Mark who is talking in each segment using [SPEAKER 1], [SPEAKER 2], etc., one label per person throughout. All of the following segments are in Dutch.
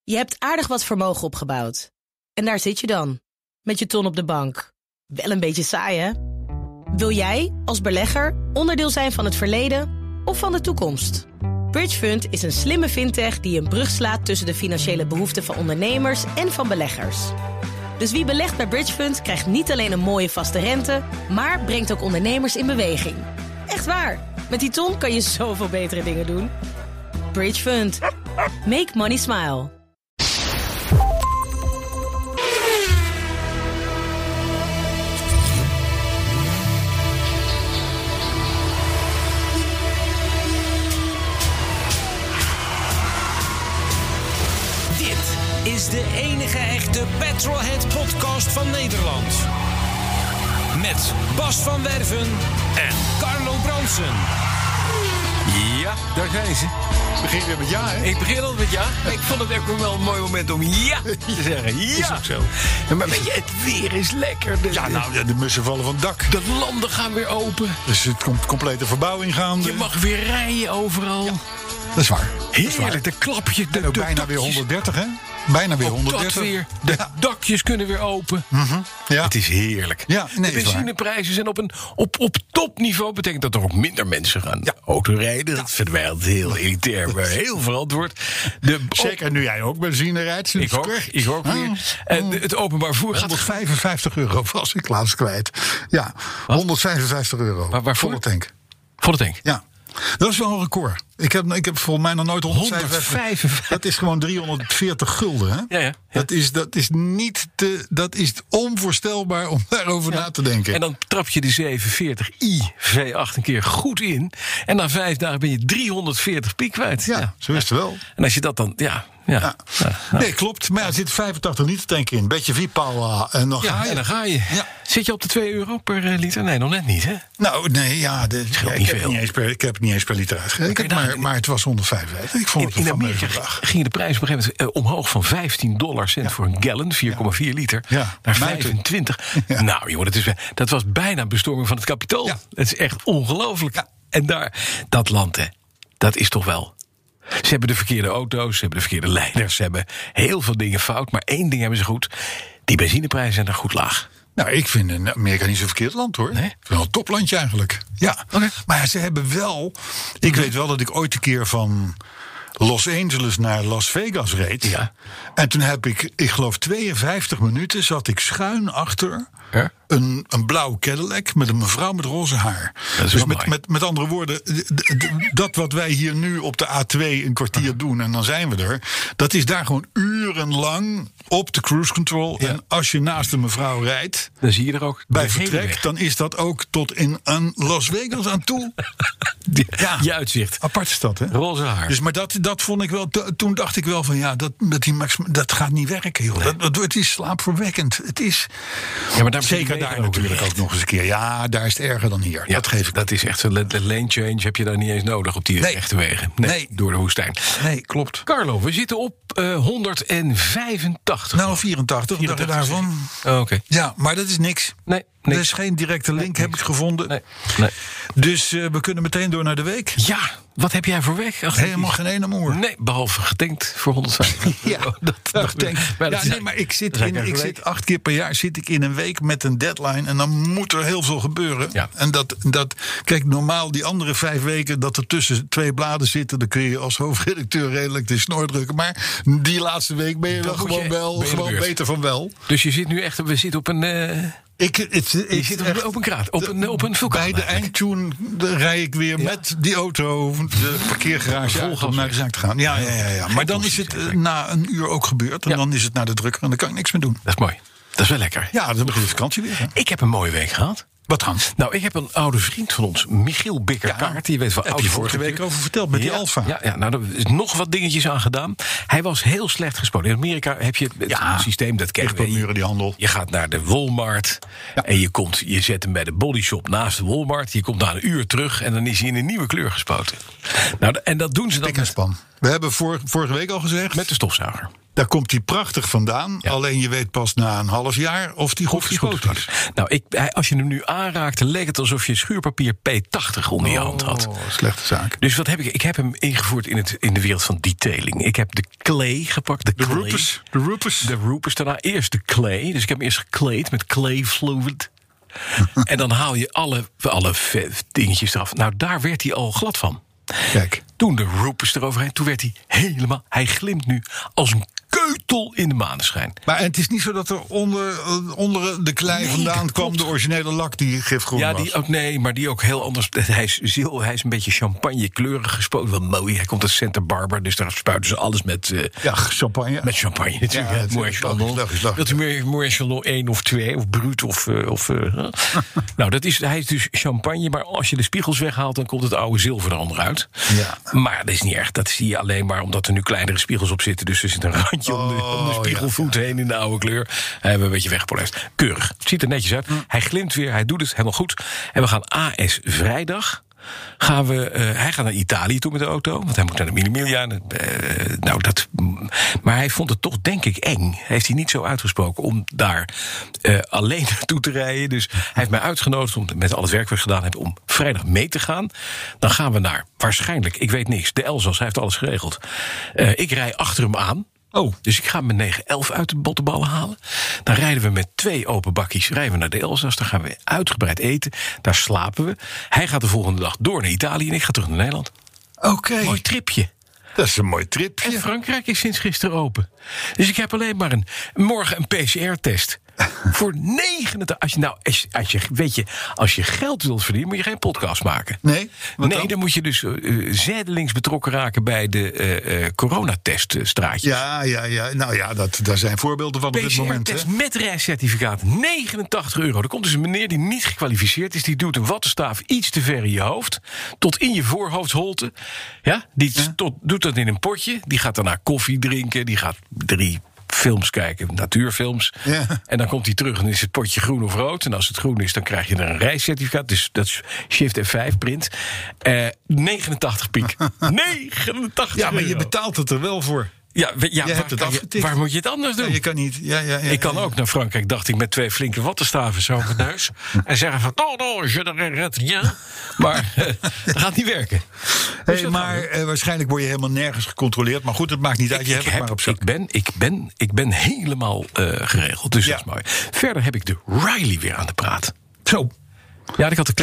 [SPEAKER 1] Je hebt aardig wat vermogen opgebouwd. En daar zit je dan, met je ton op de bank. Wel een beetje saai, hè? Wil jij, als belegger, onderdeel zijn van het verleden of van de toekomst? Bridgefund is een slimme fintech die een brug slaat tussen de financiële behoeften van ondernemers en van beleggers. Dus wie belegt bij Bridgefund krijgt niet alleen een mooie vaste rente, maar brengt ook ondernemers in beweging. Echt waar, met die ton kan je zoveel betere dingen doen. Bridgefund. Make money smile.
[SPEAKER 2] Is de enige echte Petrolhead-podcast van Nederland. Met Bas van Werven en Carlo Bronsen.
[SPEAKER 3] Ja, daar zijn ze.
[SPEAKER 4] Begin weer met ja, hè?
[SPEAKER 3] Ik begin al met ja. Ik vond het ook wel een mooi moment om ja te zeggen. Ja.
[SPEAKER 4] Is ook zo.
[SPEAKER 3] Maar weet je, het weer is lekker.
[SPEAKER 4] Ja, nou, de mussen vallen van het dak.
[SPEAKER 3] De landen gaan weer open.
[SPEAKER 4] Dus het komt complete verbouwing gaande.
[SPEAKER 3] Je mag weer rijden overal.
[SPEAKER 4] Ja, dat is waar.
[SPEAKER 3] Heerlijk, de klapjes.
[SPEAKER 4] Ook bijna weer 130, hè? Bijna weer 130.
[SPEAKER 3] Dat weer. De dakjes kunnen weer open.
[SPEAKER 4] Ja.
[SPEAKER 3] Het is heerlijk.
[SPEAKER 4] Ja, nee,
[SPEAKER 3] de benzineprijzen zijn op topniveau. Betekent dat er ook minder mensen gaan auto rijden. Dat vinden wij altijd heel elitair, maar heel verantwoord.
[SPEAKER 4] Zeker nu jij ook benzine rijdt.
[SPEAKER 3] Ik ook weer. En het openbaar vervoer gaat...
[SPEAKER 4] 155 euro was ik laatst kwijt. Ja, wat? 155 euro.
[SPEAKER 3] Waarvoor?
[SPEAKER 4] Volle tank.
[SPEAKER 3] Volle tank?
[SPEAKER 4] Ja. Dat is wel een record. Ik heb volgens mij nog nooit 155. Dat is gewoon 340 gulden. Hè?
[SPEAKER 3] Ja.
[SPEAKER 4] Dat is niet dat is onvoorstelbaar om daarover na te denken.
[SPEAKER 3] En dan trap je de 740i V8 een keer goed in. En na 5 dagen ben je 340 piek kwijt.
[SPEAKER 4] Ja, zo is het wel.
[SPEAKER 3] En als je dat dan... Ja.
[SPEAKER 4] Nee, klopt. Maar er zit 85 liter tank in. Beetje V-Power. En dan ga je.
[SPEAKER 3] En dan ga je. Ja. Zit je op de 2 euro per liter? Nee, nog net niet, hè?
[SPEAKER 4] Nou, nee, ja.
[SPEAKER 3] Ik
[SPEAKER 4] heb het niet eens per liter uitgerekend. Maar het was 155. Ik vond het
[SPEAKER 3] in Amerika ging de prijs op een gegeven moment omhoog van $15 voor een gallon, 4,4 liter, naar 25.
[SPEAKER 4] Ja.
[SPEAKER 3] Nou, jongen, dat was bijna bestorming van het Capitool. Ja. Het is echt ongelooflijk. Ja. En dat land, hè, dat is toch wel... Ze hebben de verkeerde auto's, ze hebben de verkeerde leiders, ze hebben heel veel dingen fout. Maar één ding hebben ze goed. Die benzineprijzen zijn daar goed laag.
[SPEAKER 4] Nou, ik vind Amerika niet zo'n verkeerd land, hoor.
[SPEAKER 3] Nee?
[SPEAKER 4] Ik vind wel een toplandje eigenlijk. Ja,
[SPEAKER 3] okay.
[SPEAKER 4] Maar ze hebben wel... Ik weet wel dat ik ooit een keer van Los Angeles naar Las Vegas reed.
[SPEAKER 3] Ja.
[SPEAKER 4] En toen heb ik geloof 52 minuten... zat ik schuin achter...
[SPEAKER 3] Ja?
[SPEAKER 4] Een blauwe Cadillac met een mevrouw met roze haar.
[SPEAKER 3] Dus
[SPEAKER 4] met andere woorden, dat wat wij hier nu op de A2 een kwartier doen... en dan zijn we er, dat is daar gewoon urenlang op de cruise control. Ja. En als je naast een mevrouw rijdt,
[SPEAKER 3] dan zie je er ook
[SPEAKER 4] bij vertrek... dan is dat ook tot in Las Vegas aan toe.
[SPEAKER 3] Je uitzicht.
[SPEAKER 4] Aparte stad, hè?
[SPEAKER 3] Roze haar.
[SPEAKER 4] Dus, maar dat vond ik wel... Toen dacht ik wel van, ja, dat gaat niet werken, joh. Nee. Het is slaapverwekkend. Het is...
[SPEAKER 3] Ja, maar
[SPEAKER 4] zeker daar natuurlijk ook nog eens een keer. Ja, daar is het erger dan hier.
[SPEAKER 3] Ja,
[SPEAKER 4] dat geef ik.
[SPEAKER 3] Dat is echt zo'n lane change heb je daar niet eens nodig op die echte wegen. Nee, door de woestijn.
[SPEAKER 4] Nee, klopt.
[SPEAKER 3] Carlo, we zitten op 185.
[SPEAKER 4] Nou, 84 dacht ik daarvan.
[SPEAKER 3] Oh, oké.
[SPEAKER 4] Ja, maar dat is niks.
[SPEAKER 3] Nee.
[SPEAKER 4] Er is geen directe link, heb ik gevonden.
[SPEAKER 3] Nee.
[SPEAKER 4] Dus we kunnen meteen door naar de week.
[SPEAKER 3] Ja, wat heb jij voor weg?
[SPEAKER 4] Helemaal geen ene moer.
[SPEAKER 3] Nee, behalve getankt voor 150.
[SPEAKER 4] Ja, maar ik zit 8 keer per jaar zit ik in een week met een deadline. En dan moet er heel veel gebeuren. Ja. En kijk, normaal die andere 5 weken dat er tussen 2 bladen zitten... dan kun je als hoofdredacteur redelijk de snor drukken. Maar die laatste week ben je dan gewoon beter van wel.
[SPEAKER 3] Dus je zit nu echt... We zitten op een... je zit op een kraat, op een vulkaan.
[SPEAKER 4] Bij de eindtune rij ik weer met die auto de parkeergarage uit om naar de zaak te gaan. Ja. Maar dan is het na een uur ook gebeurd. En dan is het naar de drukker en dan kan ik niks meer doen.
[SPEAKER 3] Dat is mooi. Dat is wel lekker.
[SPEAKER 4] Ja, dan begint de vakantie weer. Hè?
[SPEAKER 3] Ik heb een mooie week gehad.
[SPEAKER 4] Wat dan?
[SPEAKER 3] Nou, ik heb een oude vriend van ons, Michiel Bikkerkaart. Die weet wel,
[SPEAKER 4] heb je vorige week over verteld met die Alfa.
[SPEAKER 3] Ja, nou, er is nog wat dingetjes aan gedaan. Hij was heel slecht gespoten. In Amerika heb je het systeem, dat ken je.
[SPEAKER 4] Die handel.
[SPEAKER 3] Je gaat naar de Walmart en je zet hem bij de bodyshop naast de Walmart. Je komt na een uur terug en dan is hij in een nieuwe kleur gespoten. Nou, en dat doen ze dan.
[SPEAKER 4] We hebben vorige week al gezegd.
[SPEAKER 3] Met de stofzuiger.
[SPEAKER 4] Daar komt hij prachtig vandaan. Ja. Alleen je weet pas na een half jaar of die goed gespoten is.
[SPEAKER 3] Nou, als je hem nu aanraakte, leek het alsof je schuurpapier P80 onder je hand had.
[SPEAKER 4] Slechte zaak.
[SPEAKER 3] Dus wat heb ik? Ik heb hem ingevoerd in de wereld van detailing. Ik heb de clay gepakt. De Rupes. Daarna eerst de clay. Dus ik heb hem eerst gekleed met clay fluid. En dan haal je alle dingetjes eraf. Nou, daar werd hij al glad van.
[SPEAKER 4] Kijk.
[SPEAKER 3] Toen de Rupes eroverheen, toen werd hij helemaal... Hij glimt nu als een keutel in de maneschijn.
[SPEAKER 4] Maar het is niet zo dat er onder de klei vandaan kwam de originele lak die gifgroen was?
[SPEAKER 3] Die ook, nee, maar die ook heel anders. Hij is een beetje champagnekleurig gespoten. Wel mooi. Hij komt uit Santa Barbara, dus daar spuiten ze alles met...
[SPEAKER 4] champagne.
[SPEAKER 3] Met champagne natuurlijk. Ja, Moët Chandon. Wilt u Moët Chandon 1 of 2 of Brut of... Nou, hij is dus champagne, maar als je de spiegels weghaalt, dan komt het oude zilver er onderuit. Ja. Maar dat is niet erg. Dat zie je alleen maar omdat er nu kleinere spiegels op zitten. Dus er zit een randje om de spiegelvoet heen in de oude kleur. Hij hebben we een beetje weggepolijst. Keurig. Het ziet er netjes uit. Hij glimt weer. Hij doet het helemaal goed. En we gaan AS vrijdag. Hij gaat naar Italië toe met de auto. Want hij moet naar de Mille-Miglia. Maar hij vond het toch, denk ik, eng. Heeft hij niet zo uitgesproken om daar alleen naartoe te rijden. Dus hij heeft mij uitgenodigd om met al het werk wat ik gedaan heb om vrijdag mee te gaan. Dan gaan we naar, waarschijnlijk, ik weet niks, de Elzas. Hij heeft alles geregeld. Ik rij achter hem aan. Dus ik ga mijn 911 uit de bottenballen halen. Dan rijden we met 2 open bakkies naar de Elzas. Dan gaan we uitgebreid eten. Daar slapen we. Hij gaat de volgende dag door naar Italië en ik ga terug naar Nederland.
[SPEAKER 4] Oké.
[SPEAKER 3] Mooi tripje.
[SPEAKER 4] Dat is een mooi tripje.
[SPEAKER 3] En Frankrijk is sinds gisteren open. Dus ik heb alleen maar morgen een PCR-test. Voor 89. Als je geld wilt verdienen, moet je geen podcast maken.
[SPEAKER 4] Nee?
[SPEAKER 3] Dan moet je dus zijdelings betrokken raken bij de coronateststraatjes.
[SPEAKER 4] Ja. Nou ja, daar zijn voorbeelden van op dit moment.
[SPEAKER 3] PCR-test met reiscertificaat, €89. Er komt dus een meneer die niet gekwalificeerd is. Die doet een wattenstaaf iets te ver in je hoofd. Tot in je voorhoofdsholte. Ja, doet dat in een potje. Die gaat daarna koffie drinken. Die gaat 3 films kijken, natuurfilms. Ja. En dan komt hij terug en is het potje groen of rood. En als het groen is, dan krijg je er een reiscertificaat. Dus dat is Shift F5 print. 89 piek. 89
[SPEAKER 4] Ja, maar je betaalt het er wel voor.
[SPEAKER 3] Ja, waar moet je het anders doen?
[SPEAKER 4] Ja, je kan niet.
[SPEAKER 3] Ik kan ook naar Frankrijk, dacht ik, met 2 flinke wattenstaven zo op mijn neus. En zeggen van, je redt rien. Maar dat gaat niet werken.
[SPEAKER 4] Dus waarschijnlijk word je helemaal nergens gecontroleerd. Maar goed, het maakt niet uit. Je hebt het maar op zak.
[SPEAKER 3] Ik ben helemaal geregeld. Dus dat is mooi. Verder heb ik de Riley weer aan de praat.
[SPEAKER 4] Zo.
[SPEAKER 3] Ja, ik had de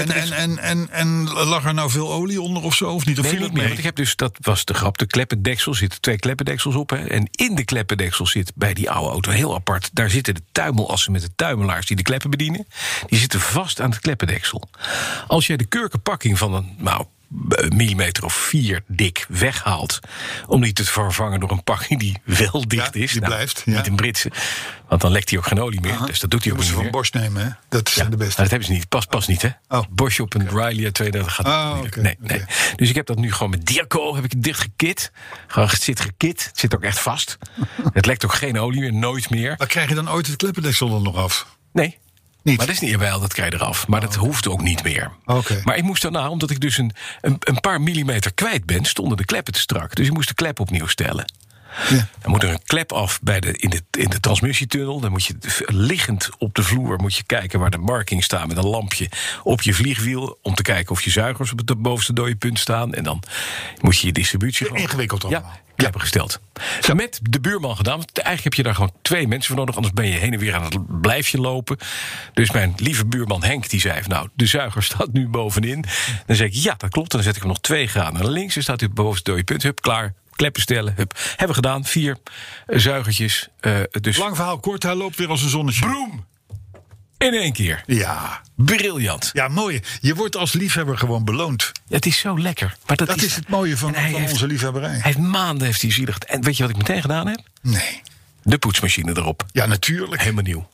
[SPEAKER 4] en lag er nou veel olie onder of zo? Of niet? Of
[SPEAKER 3] nee, niet meer. Want ik heb dus, dat was de grap, de kleppendeksel. Er zitten 2 kleppendeksels op. Hè, en in de kleppendeksel zit bij die oude auto heel apart. Daar zitten de tuimelassen met de tuimelaars die de kleppen bedienen. Die zitten vast aan het kleppendeksel. Als jij de kurkenpakking van een millimeter of 4 dik weghaalt, om die te vervangen door een pakking die wel dicht is.
[SPEAKER 4] Die blijft.
[SPEAKER 3] Niet een Britse. Want dan lekt hij ook geen olie meer. Dus dat doet hij ook niet meer.
[SPEAKER 4] Van Bosch nemen, hè? Dat zijn de beste.
[SPEAKER 3] Maar dat hebben ze niet. Past niet, hè? Bosch op een Riley 32 gaat niet. Nee. Dus ik heb dat nu gewoon met Dirco heb ik het dicht gekit. Gewoon, het zit gekit. Het zit ook echt vast. Het lekt ook geen olie meer, nooit meer.
[SPEAKER 4] Maar krijg je dan ooit het kleppendeksel er nog af?
[SPEAKER 3] Nee. Niet. Maar dat is niet wel, dat krijg je eraf. Maar dat hoeft ook niet meer.
[SPEAKER 4] Okay.
[SPEAKER 3] Maar ik moest daarna, omdat ik dus een paar millimeter kwijt ben, stonden de kleppen te strak. Dus ik moest de klep opnieuw stellen. Ja. Dan moet er een klep af in de transmissietunnel. Dan moet je liggend op de vloer moet je kijken waar de marking staat met een lampje op je vliegwiel. Om te kijken of je zuigers op het bovenste dode punt staan. En dan moet je intributie gewoon.
[SPEAKER 4] Ingewikkeld allemaal.
[SPEAKER 3] Ja, kleppen gesteld. Met de buurman gedaan. Want eigenlijk heb je daar gewoon 2 mensen voor nodig. Anders ben je heen en weer aan het blijfje lopen. Dus mijn lieve buurman Henk die zei: nou, de zuiger staat nu bovenin. Dan zeg ik ja, dat klopt. Dan zet ik hem nog 2 graden naar links. Dan staat hij op het bovenste dode punt. Hup, klaar. Kleppen stellen. Hup. Hebben we gedaan. 4 zuigertjes. Dus
[SPEAKER 4] lang verhaal kort, hij loopt weer als een zonnetje.
[SPEAKER 3] Broem! In 1 keer.
[SPEAKER 4] Ja.
[SPEAKER 3] Briljant.
[SPEAKER 4] Ja, mooi. Je wordt als liefhebber gewoon beloond.
[SPEAKER 3] Ja, het is zo lekker. Maar dat
[SPEAKER 4] is het mooie van onze liefhebberij.
[SPEAKER 3] Hij heeft maanden zielig. En weet je wat ik meteen gedaan heb?
[SPEAKER 4] Nee.
[SPEAKER 3] De poetsmachine erop.
[SPEAKER 4] Ja, natuurlijk.
[SPEAKER 3] Helemaal nieuw.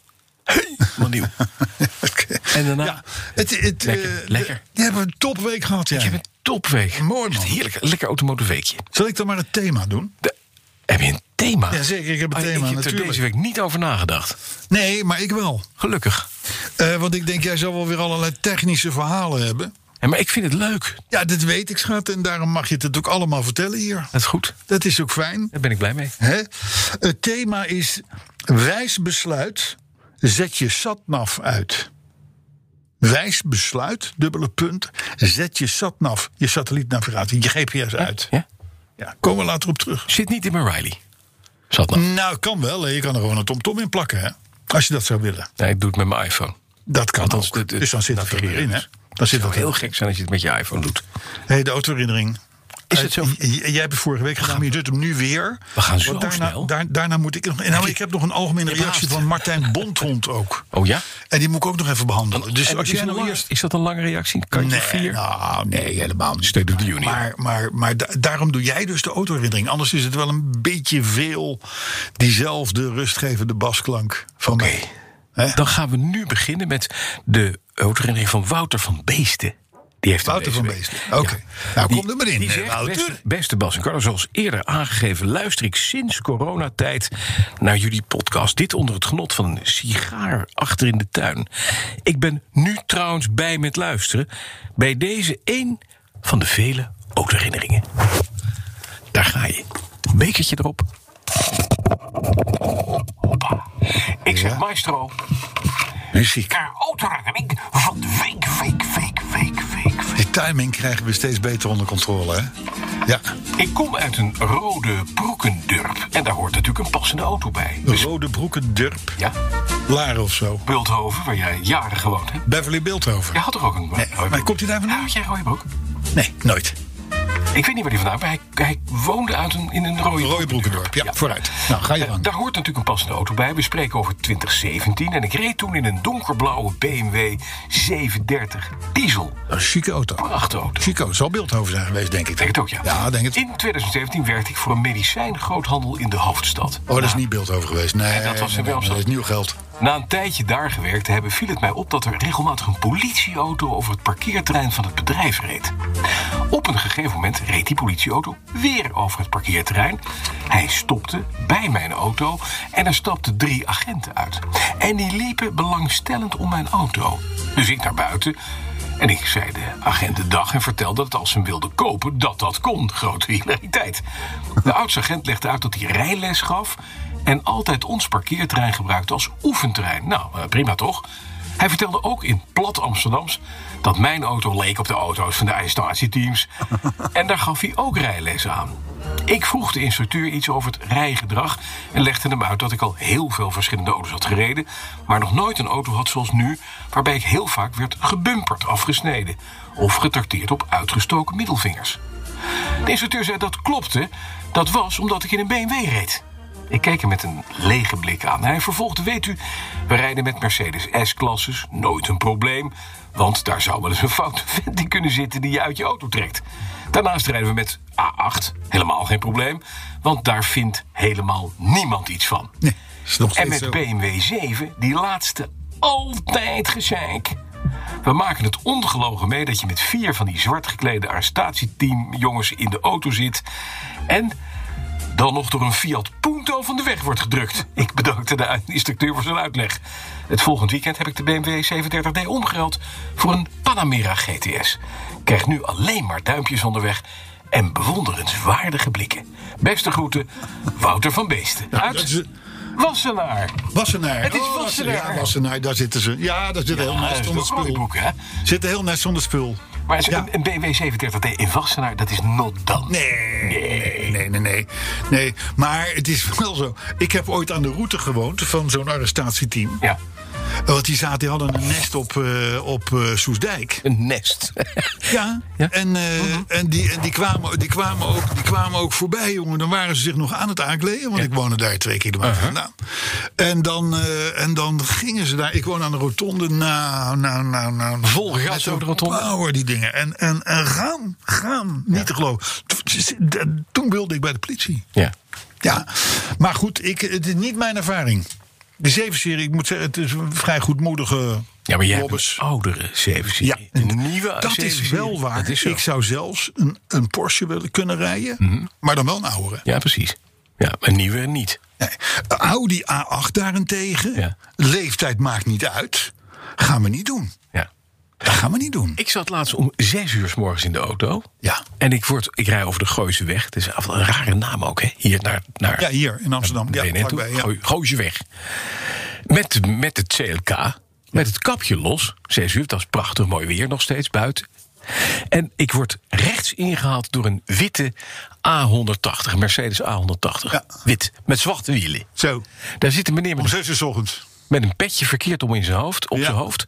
[SPEAKER 3] En daarna... Ja, lekker.
[SPEAKER 4] Je hebt een topweek gehad, ja.
[SPEAKER 3] Ik heb een topweek.
[SPEAKER 4] Mooi, man.
[SPEAKER 3] Heerlijk. Lekker automotive weekje.
[SPEAKER 4] Zal ik dan maar het thema doen?
[SPEAKER 3] Heb je een thema?
[SPEAKER 4] Ja, zeker. Ik heb een thema,
[SPEAKER 3] ik heb er deze week niet over nagedacht.
[SPEAKER 4] Nee, maar ik wel.
[SPEAKER 3] Gelukkig.
[SPEAKER 4] Want ik denk, jij zal wel weer allerlei technische verhalen hebben.
[SPEAKER 3] Ja, maar ik vind het leuk.
[SPEAKER 4] Ja, dat weet ik, schat. En daarom mag je het ook allemaal vertellen hier.
[SPEAKER 3] Dat is goed.
[SPEAKER 4] Dat is ook fijn.
[SPEAKER 3] Daar ben ik blij mee.
[SPEAKER 4] Het thema is wijs besluit, zet je satnav uit. Wijs besluit, dubbele punt, zet je satnav, je satellietnavigatie, je GPS uit. Ja, komen we later op terug.
[SPEAKER 3] Zit niet in mijn Riley. Satnav.
[SPEAKER 4] Nou, kan wel. Je kan er gewoon een TomTom in plakken, hè? Als je dat zou willen.
[SPEAKER 3] Nee, ik doe het met mijn iPhone.
[SPEAKER 4] Dat kan ook. Dus dan zit het erin, hè?
[SPEAKER 3] Dat zou heel gek zijn als je het met je iPhone doet.
[SPEAKER 4] De autoherinnering.
[SPEAKER 3] Is het zo?
[SPEAKER 4] Jij hebt het vorige week gedaan, maar je doet hem nu weer.
[SPEAKER 3] We gaan zo snel.
[SPEAKER 4] Daarna moet ik nog... Nou, ik heb nog een algemene reactie van Martijn Bonthond ook.
[SPEAKER 3] Oh ja?
[SPEAKER 4] En die moet ik ook nog even behandelen. Dus als jij nou eerst...
[SPEAKER 3] Is dat een lange reactie? Kantje 4?
[SPEAKER 4] Nou, nee, helemaal niet.
[SPEAKER 3] State of the Union.
[SPEAKER 4] Maar daarom doe jij dus de autoherinnering. Anders is het wel een beetje veel diezelfde rustgevende basklank van mij.
[SPEAKER 3] Dan gaan we nu beginnen met de autoherinnering van Wouter van Beesten. Die heeft
[SPEAKER 4] Wouter van Beesten. Oké. Nou, kom er maar in,
[SPEAKER 3] die zegt,
[SPEAKER 4] Wouter.
[SPEAKER 3] Beste Bas en Carlo, zoals eerder aangegeven... luister ik sinds coronatijd naar jullie podcast. Dit onder het genot van een sigaar achter in de tuin. Ik ben nu trouwens bij met luisteren. Bij deze één van de vele autoherinneringen. Daar ga je. Bekertje erop. Hoppa. Ik zeg maestro...
[SPEAKER 4] Muziek.
[SPEAKER 3] Autoherinnering van de week.
[SPEAKER 4] Die timing krijgen we steeds beter onder controle, hè? Ja.
[SPEAKER 3] Ik kom uit een rode broekendurp. En daar hoort natuurlijk een passende auto bij.
[SPEAKER 4] Een rode broekendurp?
[SPEAKER 3] Ja.
[SPEAKER 4] Laren of zo?
[SPEAKER 3] Bulthoven, waar jij jaren gewoond hebt.
[SPEAKER 4] Beverly Bulthoven?
[SPEAKER 3] Je had er ook een
[SPEAKER 4] nee, maar komt hij daar vandaan?
[SPEAKER 3] Had jij een rode broek?
[SPEAKER 4] Nee, nooit.
[SPEAKER 3] Ik weet niet waar hij vandaan, maar hij woonde in een rode broekendorp.
[SPEAKER 4] Ja, vooruit. Nou, ga je aan.
[SPEAKER 3] Daar hoort natuurlijk een passende auto bij. We spreken over 2017. En ik reed toen in een donkerblauwe BMW 730 diesel.
[SPEAKER 4] Een chique auto.
[SPEAKER 3] Prachtige auto.
[SPEAKER 4] Chique auto. Zal Bulthoven zijn geweest, denk ik.
[SPEAKER 3] Denk het ook, ja.
[SPEAKER 4] Ja, denk het.
[SPEAKER 3] In 2017 werkte ik voor een medicijngroothandel in de hoofdstad.
[SPEAKER 4] Oh, dat is niet Bulthoven geweest. Nee,
[SPEAKER 3] dat was in Willemstad.
[SPEAKER 4] Dat is nieuw geld.
[SPEAKER 3] Na een tijdje daar gewerkt te hebben, viel het mij op dat er regelmatig een politieauto over het parkeerterrein van het bedrijf reed. Op een gegeven moment reed die politieauto weer over het parkeerterrein. Hij stopte bij mijn auto en er stapten 3 agenten uit. En die liepen belangstellend om mijn auto. Dus ik naar buiten en ik zei de agenten dag en vertelde dat als ze hem wilden kopen, dat kon. Grote hilariteit. De oudste-agent legde uit dat hij rijles gaf en altijd ons parkeerterrein gebruikte als oefenterrein. Nou, prima toch? Hij vertelde ook in plat Amsterdams dat mijn auto leek op de auto's van de arrestatieteams. En daar gaf hij ook rijles aan. Ik vroeg de instructeur iets over het rijgedrag en legde hem uit dat ik al heel veel verschillende auto's had gereden, maar nog nooit een auto had zoals nu, waarbij ik heel vaak werd gebumperd, afgesneden of getrakteerd op uitgestoken middelvingers. De instructeur zei dat klopte. Dat was omdat ik in een BMW reed. Ik keek hem met een lege blik aan. Hij vervolgde, weet u, we rijden met Mercedes S-klasses, nooit een probleem. Want daar zou wel eens een foute vent in kunnen zitten die je uit je auto trekt. Daarnaast rijden we met A8, helemaal geen probleem. Want daar vindt helemaal niemand iets van.
[SPEAKER 4] Nee, is nog
[SPEAKER 3] en met
[SPEAKER 4] zo.
[SPEAKER 3] BMW 7, die laatste, altijd gezeik. We maken het ongelogen mee dat je met 4 van die zwart geklede arrestatieteamjongens in de auto zit en dan nog door een Fiat Punto van de weg wordt gedrukt. Ik bedankte de instructeur voor zijn uitleg. Het volgend weekend heb ik de BMW 730D omgeruild voor een Panamera GTS. Krijg nu alleen maar duimpjes onderweg en bewonderenswaardige blikken. Beste groeten, Wouter van Beesten. Uit Wassenaar.
[SPEAKER 4] Wassenaar.
[SPEAKER 3] Het is Wassenaar.
[SPEAKER 4] Ja, Wassenaar, daar zitten ze. Ja, daar zit heel nest zonder spul.
[SPEAKER 3] Boek, hè?
[SPEAKER 4] Zit heel nest zonder spul.
[SPEAKER 3] Maar een BMW 730D in Wassenaar, dat is not done.
[SPEAKER 4] Nee. Maar het is wel zo. Ik heb ooit aan de route gewoond van zo'n arrestatieteam.
[SPEAKER 3] Ja.
[SPEAKER 4] Want die hadden een nest op Soesdijk.
[SPEAKER 3] Een nest.
[SPEAKER 4] Ja. En die kwamen ook voorbij, jongen. Dan waren ze zich nog aan het aankleden. Want ik woonde daar 2 kilometer vandaan. En dan gingen ze daar. Ik woon aan de rotonde. Nou.
[SPEAKER 3] Vol gas over de rotonde.
[SPEAKER 4] Power, die dingen. En gaan. Niet te geloven. Toen wilde ik bij de politie. Ja. Maar goed, het is niet mijn ervaring. De 7-serie, ik moet zeggen, het is een vrij goedmoedige.
[SPEAKER 3] Ja, maar jij hebt een oudere 7-serie.
[SPEAKER 4] Ja,
[SPEAKER 3] een nieuwe
[SPEAKER 4] dat
[SPEAKER 3] 7-serie.
[SPEAKER 4] is wel waar. Ik zou zelfs een Porsche willen kunnen rijden, maar dan wel een oudere.
[SPEAKER 3] Ja, precies. Ja, een nieuwe niet.
[SPEAKER 4] Nee. Audi A8 daarentegen, leeftijd maakt niet uit. Gaan we niet doen.
[SPEAKER 3] Ja.
[SPEAKER 4] Dat gaan we niet doen.
[SPEAKER 3] Ik zat laatst om 6 uur 's morgens in de auto.
[SPEAKER 4] Ja.
[SPEAKER 3] En ik rij over de Gooiseweg. Het is een rare naam ook, hè? Hier naar
[SPEAKER 4] ja, hier in Amsterdam.
[SPEAKER 3] Gooiseweg. Met het CLK. Met het kapje los. 6 uur, dat is prachtig mooi weer nog steeds buiten. En ik word rechts ingehaald door een witte A180. Mercedes A180. Ja. Wit, met zwarte wielen.
[SPEAKER 4] Zo.
[SPEAKER 3] Daar zit een meneer
[SPEAKER 4] om 6 uur 's ochtends.
[SPEAKER 3] Met een petje verkeerd om in zijn hoofd, zijn hoofd.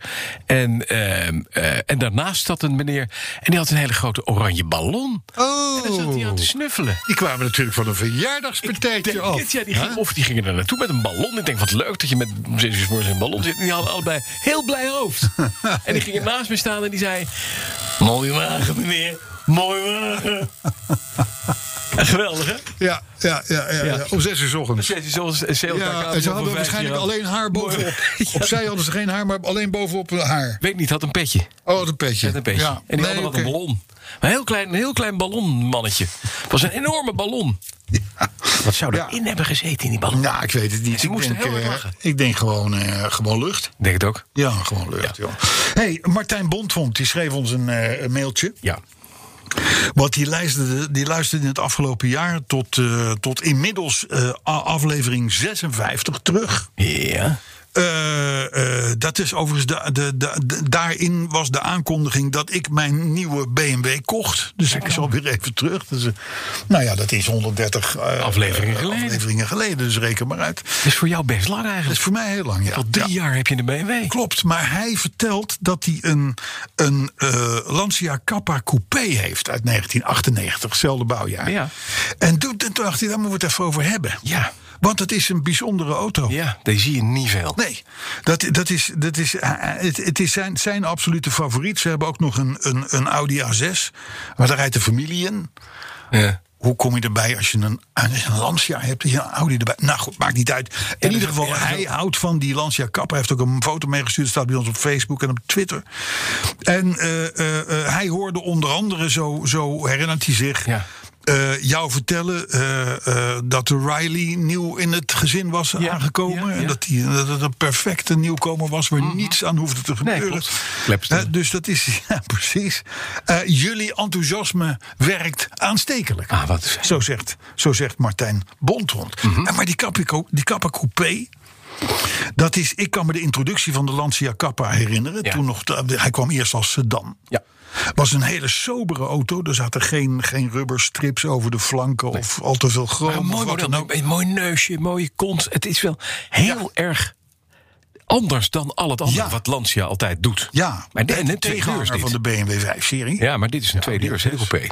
[SPEAKER 3] En daarnaast zat een meneer. En die had een hele grote oranje ballon.
[SPEAKER 4] Oh.
[SPEAKER 3] En daar zat hij aan te snuffelen.
[SPEAKER 4] Die kwamen natuurlijk van een verjaardagspartijtje af.
[SPEAKER 3] Ja, die gingen er naartoe met een ballon. Ik denk, wat leuk dat je met 6 uur voor een ballon zit. En die hadden allebei heel blij hoofd. En die gingen naast me staan en die zei... Mooi wagen, meneer. Mooi wagen. Geweldig, hè?
[SPEAKER 4] Ja. Om 6 uur 's ochtends.
[SPEAKER 3] En
[SPEAKER 4] ze hadden waarschijnlijk alleen haar bovenop. Opzij hadden ze geen haar, maar alleen bovenop haar.
[SPEAKER 3] Weet niet, had een petje.
[SPEAKER 4] Oh, een petje.
[SPEAKER 3] Had een petje. Ja. En die hadden wat een ballon. Een heel klein ballonmannetje. Het was een enorme ballon. Ja. Wat zou erin hebben gezeten in die ballon?
[SPEAKER 4] Nou, ik weet het niet.
[SPEAKER 3] Die moesten heel erg lachen.
[SPEAKER 4] Ik denk gewoon lucht.
[SPEAKER 3] Denk het ook?
[SPEAKER 4] Ja, gewoon lucht. Ja. Hey, Martijn Bontvond, die schreef ons een mailtje.
[SPEAKER 3] Ja.
[SPEAKER 4] Want die luisterde in het afgelopen jaar tot inmiddels aflevering 56 terug.
[SPEAKER 3] Ja.
[SPEAKER 4] Dat is overigens daarin was de aankondiging dat ik mijn nieuwe BMW kocht. Dus ik zal weer even terug. Dus, dat is 130 afleveringen geleden. Dus reken maar uit.
[SPEAKER 3] Dat is voor jou best lang eigenlijk. Dat
[SPEAKER 4] is voor mij heel lang, ja.
[SPEAKER 3] Al 3 jaar heb je een BMW.
[SPEAKER 4] Klopt, maar hij vertelt dat hij een Lancia Kappa Coupé heeft uit 1998, hetzelfde bouwjaar. Ja. En toen dacht hij, daar moeten we het even over hebben.
[SPEAKER 3] Ja.
[SPEAKER 4] Want het is een bijzondere auto.
[SPEAKER 3] Ja, die zie je niet veel.
[SPEAKER 4] Nee, het is zijn absolute favoriet. Ze hebben ook nog een Audi A6. Maar daar rijdt de familie in. Ja. Hoe kom je erbij als je een Lancia hebt? Je een Audi erbij. Nou goed, maakt niet uit. In ieder geval, hij houdt van die Lancia Kappa. Hij heeft ook een foto meegestuurd. Staat bij ons op Facebook en op Twitter. En hij hoorde onder andere, zo herinnert hij zich... Ja. Jou vertellen dat de Riley nieuw in het gezin was aangekomen. Ja. En dat het een perfecte nieuwkomer was waar niets aan hoefde te gebeuren. Nee, dus dat is, precies. Jullie enthousiasme werkt aanstekelijk. Zo zegt Martijn Bontvond. Maar die Kappa Coupé... ik kan me de introductie van de Lancia Kappa herinneren. Ja. Toen nog, hij kwam eerst als sedan. Ja. Was een hele sobere auto. Er zaten geen rubberstrips over de flanken of al te veel chroom.
[SPEAKER 3] Een mooi neusje, mooie kont. Het is wel heel erg anders dan al het andere wat Lancia altijd doet.
[SPEAKER 4] Ja, maar de tegenhanger van de BMW 5-serie.
[SPEAKER 3] Ja, maar dit is een tweedeurs coupé.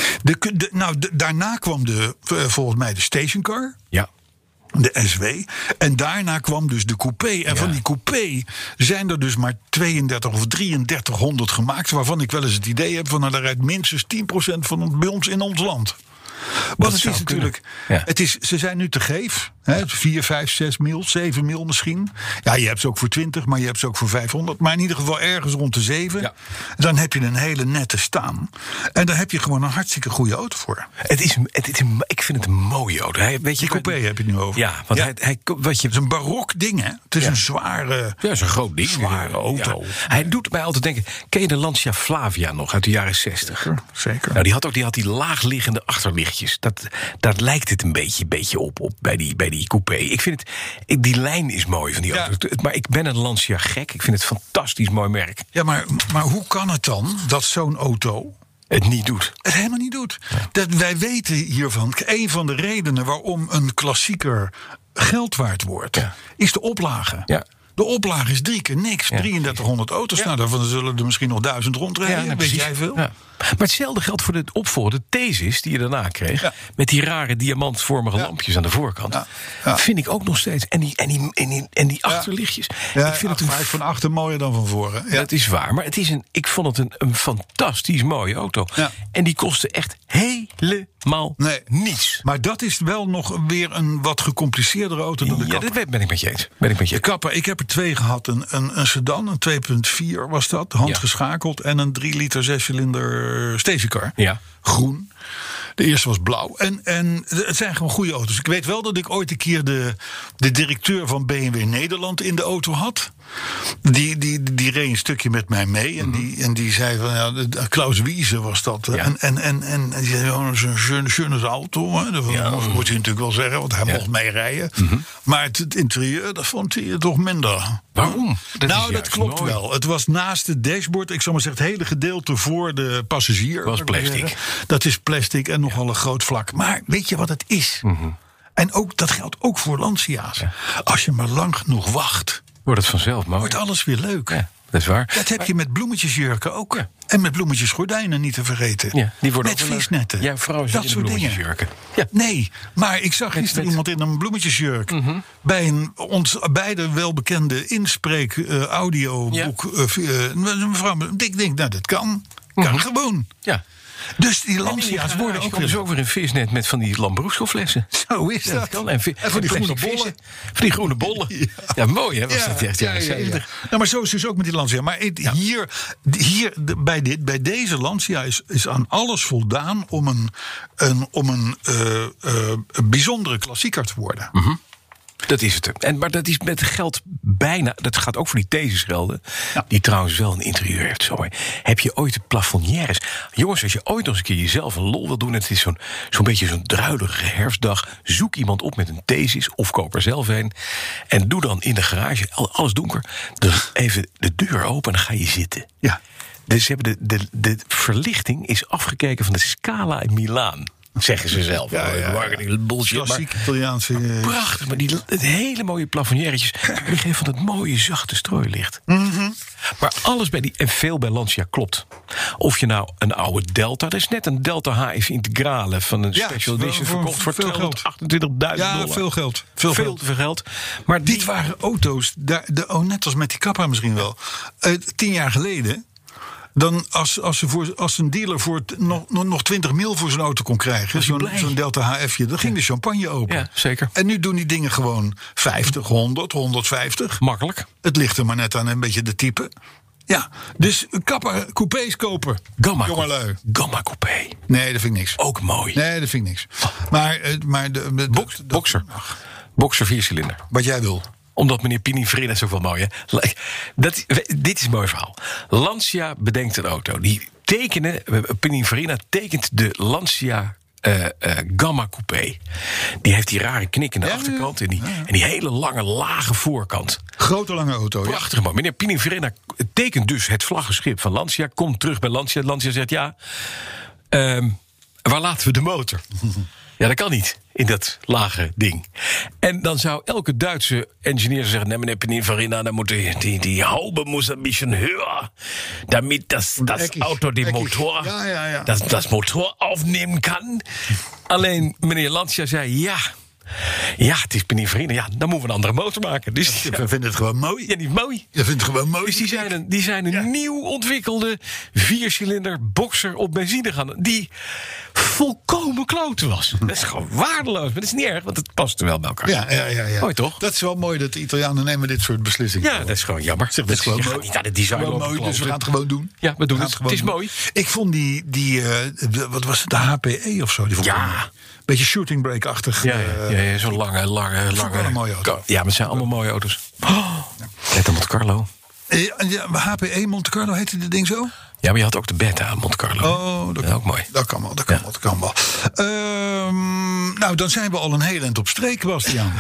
[SPEAKER 4] Daarna kwam volgens mij de stationcar.
[SPEAKER 3] Ja.
[SPEAKER 4] De SW. En daarna kwam dus de coupé. En van die coupé zijn er dus maar 32 of 3300 gemaakt. Waarvan ik wel eens het idee heb van... daar rijdt minstens 10% van bij ons in ons land. Want het is natuurlijk... Ze zijn nu te geef. 4, 5, 6 mil, 7 mil misschien. Ja, je hebt ze ook voor 20, maar je hebt ze ook voor 500. Maar in ieder geval ergens rond de 7. Ja. Dan heb je een hele nette staan. En daar heb je gewoon een hartstikke goede auto voor.
[SPEAKER 3] Ik vind het een mooie auto.
[SPEAKER 4] Die coupé heb je het nu over.
[SPEAKER 3] Ja, want het is
[SPEAKER 4] een barok ding, hè? Het is een zware...
[SPEAKER 3] Ja, het is een groot ding.
[SPEAKER 4] Zware auto.
[SPEAKER 3] Ja. Hij doet mij altijd denken... Ken je de Lancia Flavia nog uit de jaren 60?
[SPEAKER 4] Zeker.
[SPEAKER 3] Nou, die had die laagliggende achterlichtjes. Dat lijkt het een beetje op bij die coupé. Ik vind die lijn is mooi van die auto. Maar ik ben een Lancia gek. Ik vind het een fantastisch mooi merk.
[SPEAKER 4] Ja, maar hoe kan het dan dat zo'n auto
[SPEAKER 3] het niet doet?
[SPEAKER 4] Het helemaal niet doet. Ja. Wij weten hiervan, een van de redenen waarom een klassieker geld waard wordt, is de oplage. Ja. De oplage is 3 keer niks. 3300 auto's. Nou, daarvan zullen er misschien nog 1000 rondrijden. Ja, weet jij veel? Ja.
[SPEAKER 3] Maar hetzelfde geldt voor de opvolger, de Thesis, die je daarna kreeg. Ja. Met die rare diamantvormige lampjes aan de voorkant. Ja. Vind ik ook nog steeds. En die achterlichtjes.
[SPEAKER 4] Ja, ik vind het van achter mooier dan van voren.
[SPEAKER 3] Ja. Dat is waar. Maar ik vond het een fantastisch mooie auto. Ja. En die kostte echt helemaal niets.
[SPEAKER 4] Maar dat is wel nog weer een wat gecompliceerdere auto dan de Kappa.
[SPEAKER 3] Ja, dat ben ik met je eens.
[SPEAKER 4] De Kappa, ik heb er 2 gehad. Een sedan, een 2.4 was dat. Handgeschakeld. En een 3 liter 6-cilinder stationcar. Ja. Groen. De eerste was blauw. En het zijn gewoon goede auto's. Ik weet wel dat ik ooit een keer de directeur van BMW Nederland in de auto had. Die reed een stukje met mij mee. En die zei van, Klaus Wiese was dat. Ja. En die zei, zo'n schöne auto. Hè. Dat moet je natuurlijk wel zeggen, want hij mocht mee rijden. Maar het interieur, dat vond hij toch minder.
[SPEAKER 3] Waarom?
[SPEAKER 4] Dat klopt wel. Het was naast het dashboard, ik zal maar zeggen, het hele gedeelte voor de passagier.
[SPEAKER 3] Dat was plastic.
[SPEAKER 4] Dat is plastic en nogal een groot vlak. Maar weet je wat het is? En dat geldt ook voor Lancia's. Ja. Als je maar lang genoeg wacht,
[SPEAKER 3] wordt het vanzelf mooi.
[SPEAKER 4] Wordt alles weer leuk.
[SPEAKER 3] Ja, dat is waar.
[SPEAKER 4] Dat heb je met bloemetjesjurken ook. Ja. En met bloemetjesgordijnen niet te vergeten.
[SPEAKER 3] Ja, die worden
[SPEAKER 4] met vliesnetten.
[SPEAKER 3] Ja, vrouwen dat soort bloemetjesjurken.
[SPEAKER 4] Ja. Nee, maar ik zag gisteren iemand in een bloemetjesjurk. Bij ons beide welbekende inspreek audioboek. Mevrouw, ik denk, dat kan. Kan gewoon. Ja. Dus die Lancia's worden ook
[SPEAKER 3] dus ook weer een visnet met van die Lambrusco-flessen.
[SPEAKER 4] Zo is dat.
[SPEAKER 3] En van die groene bollen. Van die groene bollen. Ja, mooi hè, was dat echt. Ja.
[SPEAKER 4] Nou, maar zo is het dus ook met die Lancia. Maar hier bij deze Lancia is aan alles voldaan om een bijzondere klassieker te worden.
[SPEAKER 3] Dat is het. Maar dat is met geld bijna. Dat gaat ook voor die Thesis gelden. Ja. Die trouwens wel een interieur heeft. Zo. Heb je ooit de plafonnières? Jongens, als je ooit nog eens een keer jezelf een lol wil doen. En het is zo'n beetje zo'n druilige herfstdag. Zoek iemand op met een Thesis. Of koop er zelf een. En doe dan in de garage alles donker. Dus even de deur open en dan ga je zitten. Ja. Dus ze hebben de verlichting is afgekeken van de Scala in Milaan. Zeggen ze zelf. Marketing bullshit.
[SPEAKER 4] Klassiek Italiaanse.
[SPEAKER 3] Prachtig, maar het hele mooie plafonnieretjes. Die geven van het mooie zachte strooilicht. Maar alles en veel bij Lancia klopt. Of je nou een oude Delta, dat is net een Delta HF Integrale van een special edition verkocht voor $228.000.
[SPEAKER 4] Ja, veel geld.
[SPEAKER 3] Veel te veel geld. Maar
[SPEAKER 4] dit waren auto's, net als met die Kappa misschien wel. 10 jaar geleden. Dan als een dealer voor nog 20 mil voor zo'n auto kon krijgen, zo'n Delta HF'je, dan ging de champagne open.
[SPEAKER 3] Ja, zeker.
[SPEAKER 4] En nu doen die dingen gewoon 50, 100, 150.
[SPEAKER 3] Makkelijk.
[SPEAKER 4] Het ligt er maar net aan een beetje de type. Ja, dus Kappa coupés kopen.
[SPEAKER 3] Jongelui. Gamma coupé.
[SPEAKER 4] Nee, dat vind ik niks.
[SPEAKER 3] Ook mooi.
[SPEAKER 4] Nee, dat vind ik niks. Maar
[SPEAKER 3] Boxer. Boxer 4-cilinder.
[SPEAKER 4] Wat jij wil.
[SPEAKER 3] Omdat meneer Pininfarina is ook wel mooi, hè? Dit is een mooi verhaal. Lancia bedenkt een auto. Pininfarina tekent de Lancia Gamma Coupé. Die heeft die rare knik in de achterkant. En die hele lange, lage voorkant.
[SPEAKER 4] Grote, lange auto.
[SPEAKER 3] Prachtig mooi. Meneer Pininfarina tekent dus het vlaggenschip van Lancia. Komt terug bij Lancia. Lancia zegt, waar laten we de motor? Ja, dat kan niet in dat lage ding. En dan zou elke Duitse engineer zeggen, nee, meneer Pininfarina, dan moet die Haube muss ein bisschen höher, damit das Auto die Motor, das Motor aufnehmen kann. Alleen meneer Lancia zei, ja, het is Pininfarina. Ja, dan moeten we een andere motor maken. Dus
[SPEAKER 4] we vinden het gewoon mooi.
[SPEAKER 3] Ja, niet mooi.
[SPEAKER 4] Je vindt het gewoon mooi.
[SPEAKER 3] Dus die zijn een nieuw ontwikkelde 4-cilinder boxer op benzine gaan. Die volkomen kloten was. Dat is gewoon waardeloos. Maar dat is niet erg, want het past er wel bij elkaar.
[SPEAKER 4] Ja.
[SPEAKER 3] Mooi toch?
[SPEAKER 4] Dat is wel mooi dat de Italianen nemen dit soort beslissingen.
[SPEAKER 3] Ja, dat is gewoon jammer.
[SPEAKER 4] Dat is gewoon mooi.
[SPEAKER 3] Niet aan het design
[SPEAKER 4] mooi, dus we gaan het gewoon doen.
[SPEAKER 3] Ja, we doen het. Het is mooi.
[SPEAKER 4] Ik vond wat was het, de HPE of zo? Die vond ik beetje shooting break-achtig.
[SPEAKER 3] Ja, zo'n lange.
[SPEAKER 4] Een mooie auto.
[SPEAKER 3] Ja, maar het zijn allemaal mooie auto's. Net een Monte Carlo.
[SPEAKER 4] HPE Monte Carlo, heette dit ding zo?
[SPEAKER 3] Ja, maar je had ook de Beta Monte Carlo.
[SPEAKER 4] Oh, dat
[SPEAKER 3] kan ook mooi.
[SPEAKER 4] Dat kan wel. Nou, dan zijn we al een heel eind op streek, Bastiaan.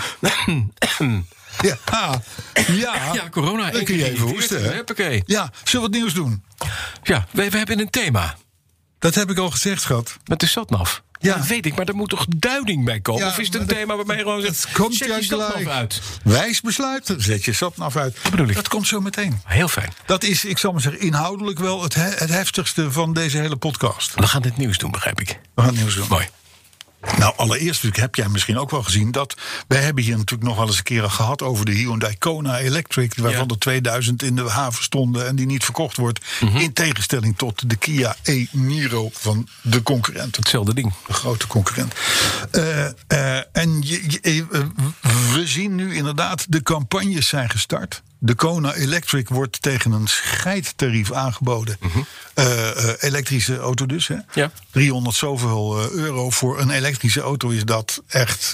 [SPEAKER 3] Ja, corona.
[SPEAKER 4] Dan kun je even hoesten, hè?
[SPEAKER 3] Huppakee.
[SPEAKER 4] Ja, zullen we wat nieuws doen?
[SPEAKER 3] Ja, we hebben een thema.
[SPEAKER 4] Dat heb ik al gezegd, schat.
[SPEAKER 3] Met de Satnaf. Ja, dat weet ik, maar er moet toch duiding bij komen? Of is het een thema waarmee je gewoon zegt, zet je Satnaf uit?
[SPEAKER 4] Wijs besluit, zet je Satnaf uit.
[SPEAKER 3] Dat bedoel ik.
[SPEAKER 4] Dat komt zo meteen.
[SPEAKER 3] Heel fijn.
[SPEAKER 4] Dat is, ik zal maar zeggen, inhoudelijk wel het heftigste van deze hele podcast.
[SPEAKER 3] We gaan dit nieuws doen, begrijp ik.
[SPEAKER 4] We gaan het nieuws doen.
[SPEAKER 3] Mooi.
[SPEAKER 4] Nou, allereerst heb jij misschien ook wel gezien dat wij hebben hier natuurlijk nog wel eens een keer gehad over de Hyundai Kona Electric, waarvan er 2000 in de haven stonden en die niet verkocht wordt, in tegenstelling tot de Kia e-Niro van de concurrent.
[SPEAKER 3] Hetzelfde ding.
[SPEAKER 4] De grote concurrent. En we zien nu inderdaad, de campagnes zijn gestart. De Kona Electric wordt tegen een scheidtarief aangeboden. Elektrische auto dus. Hè? Ja. 300 zoveel euro voor een elektrische auto is dat echt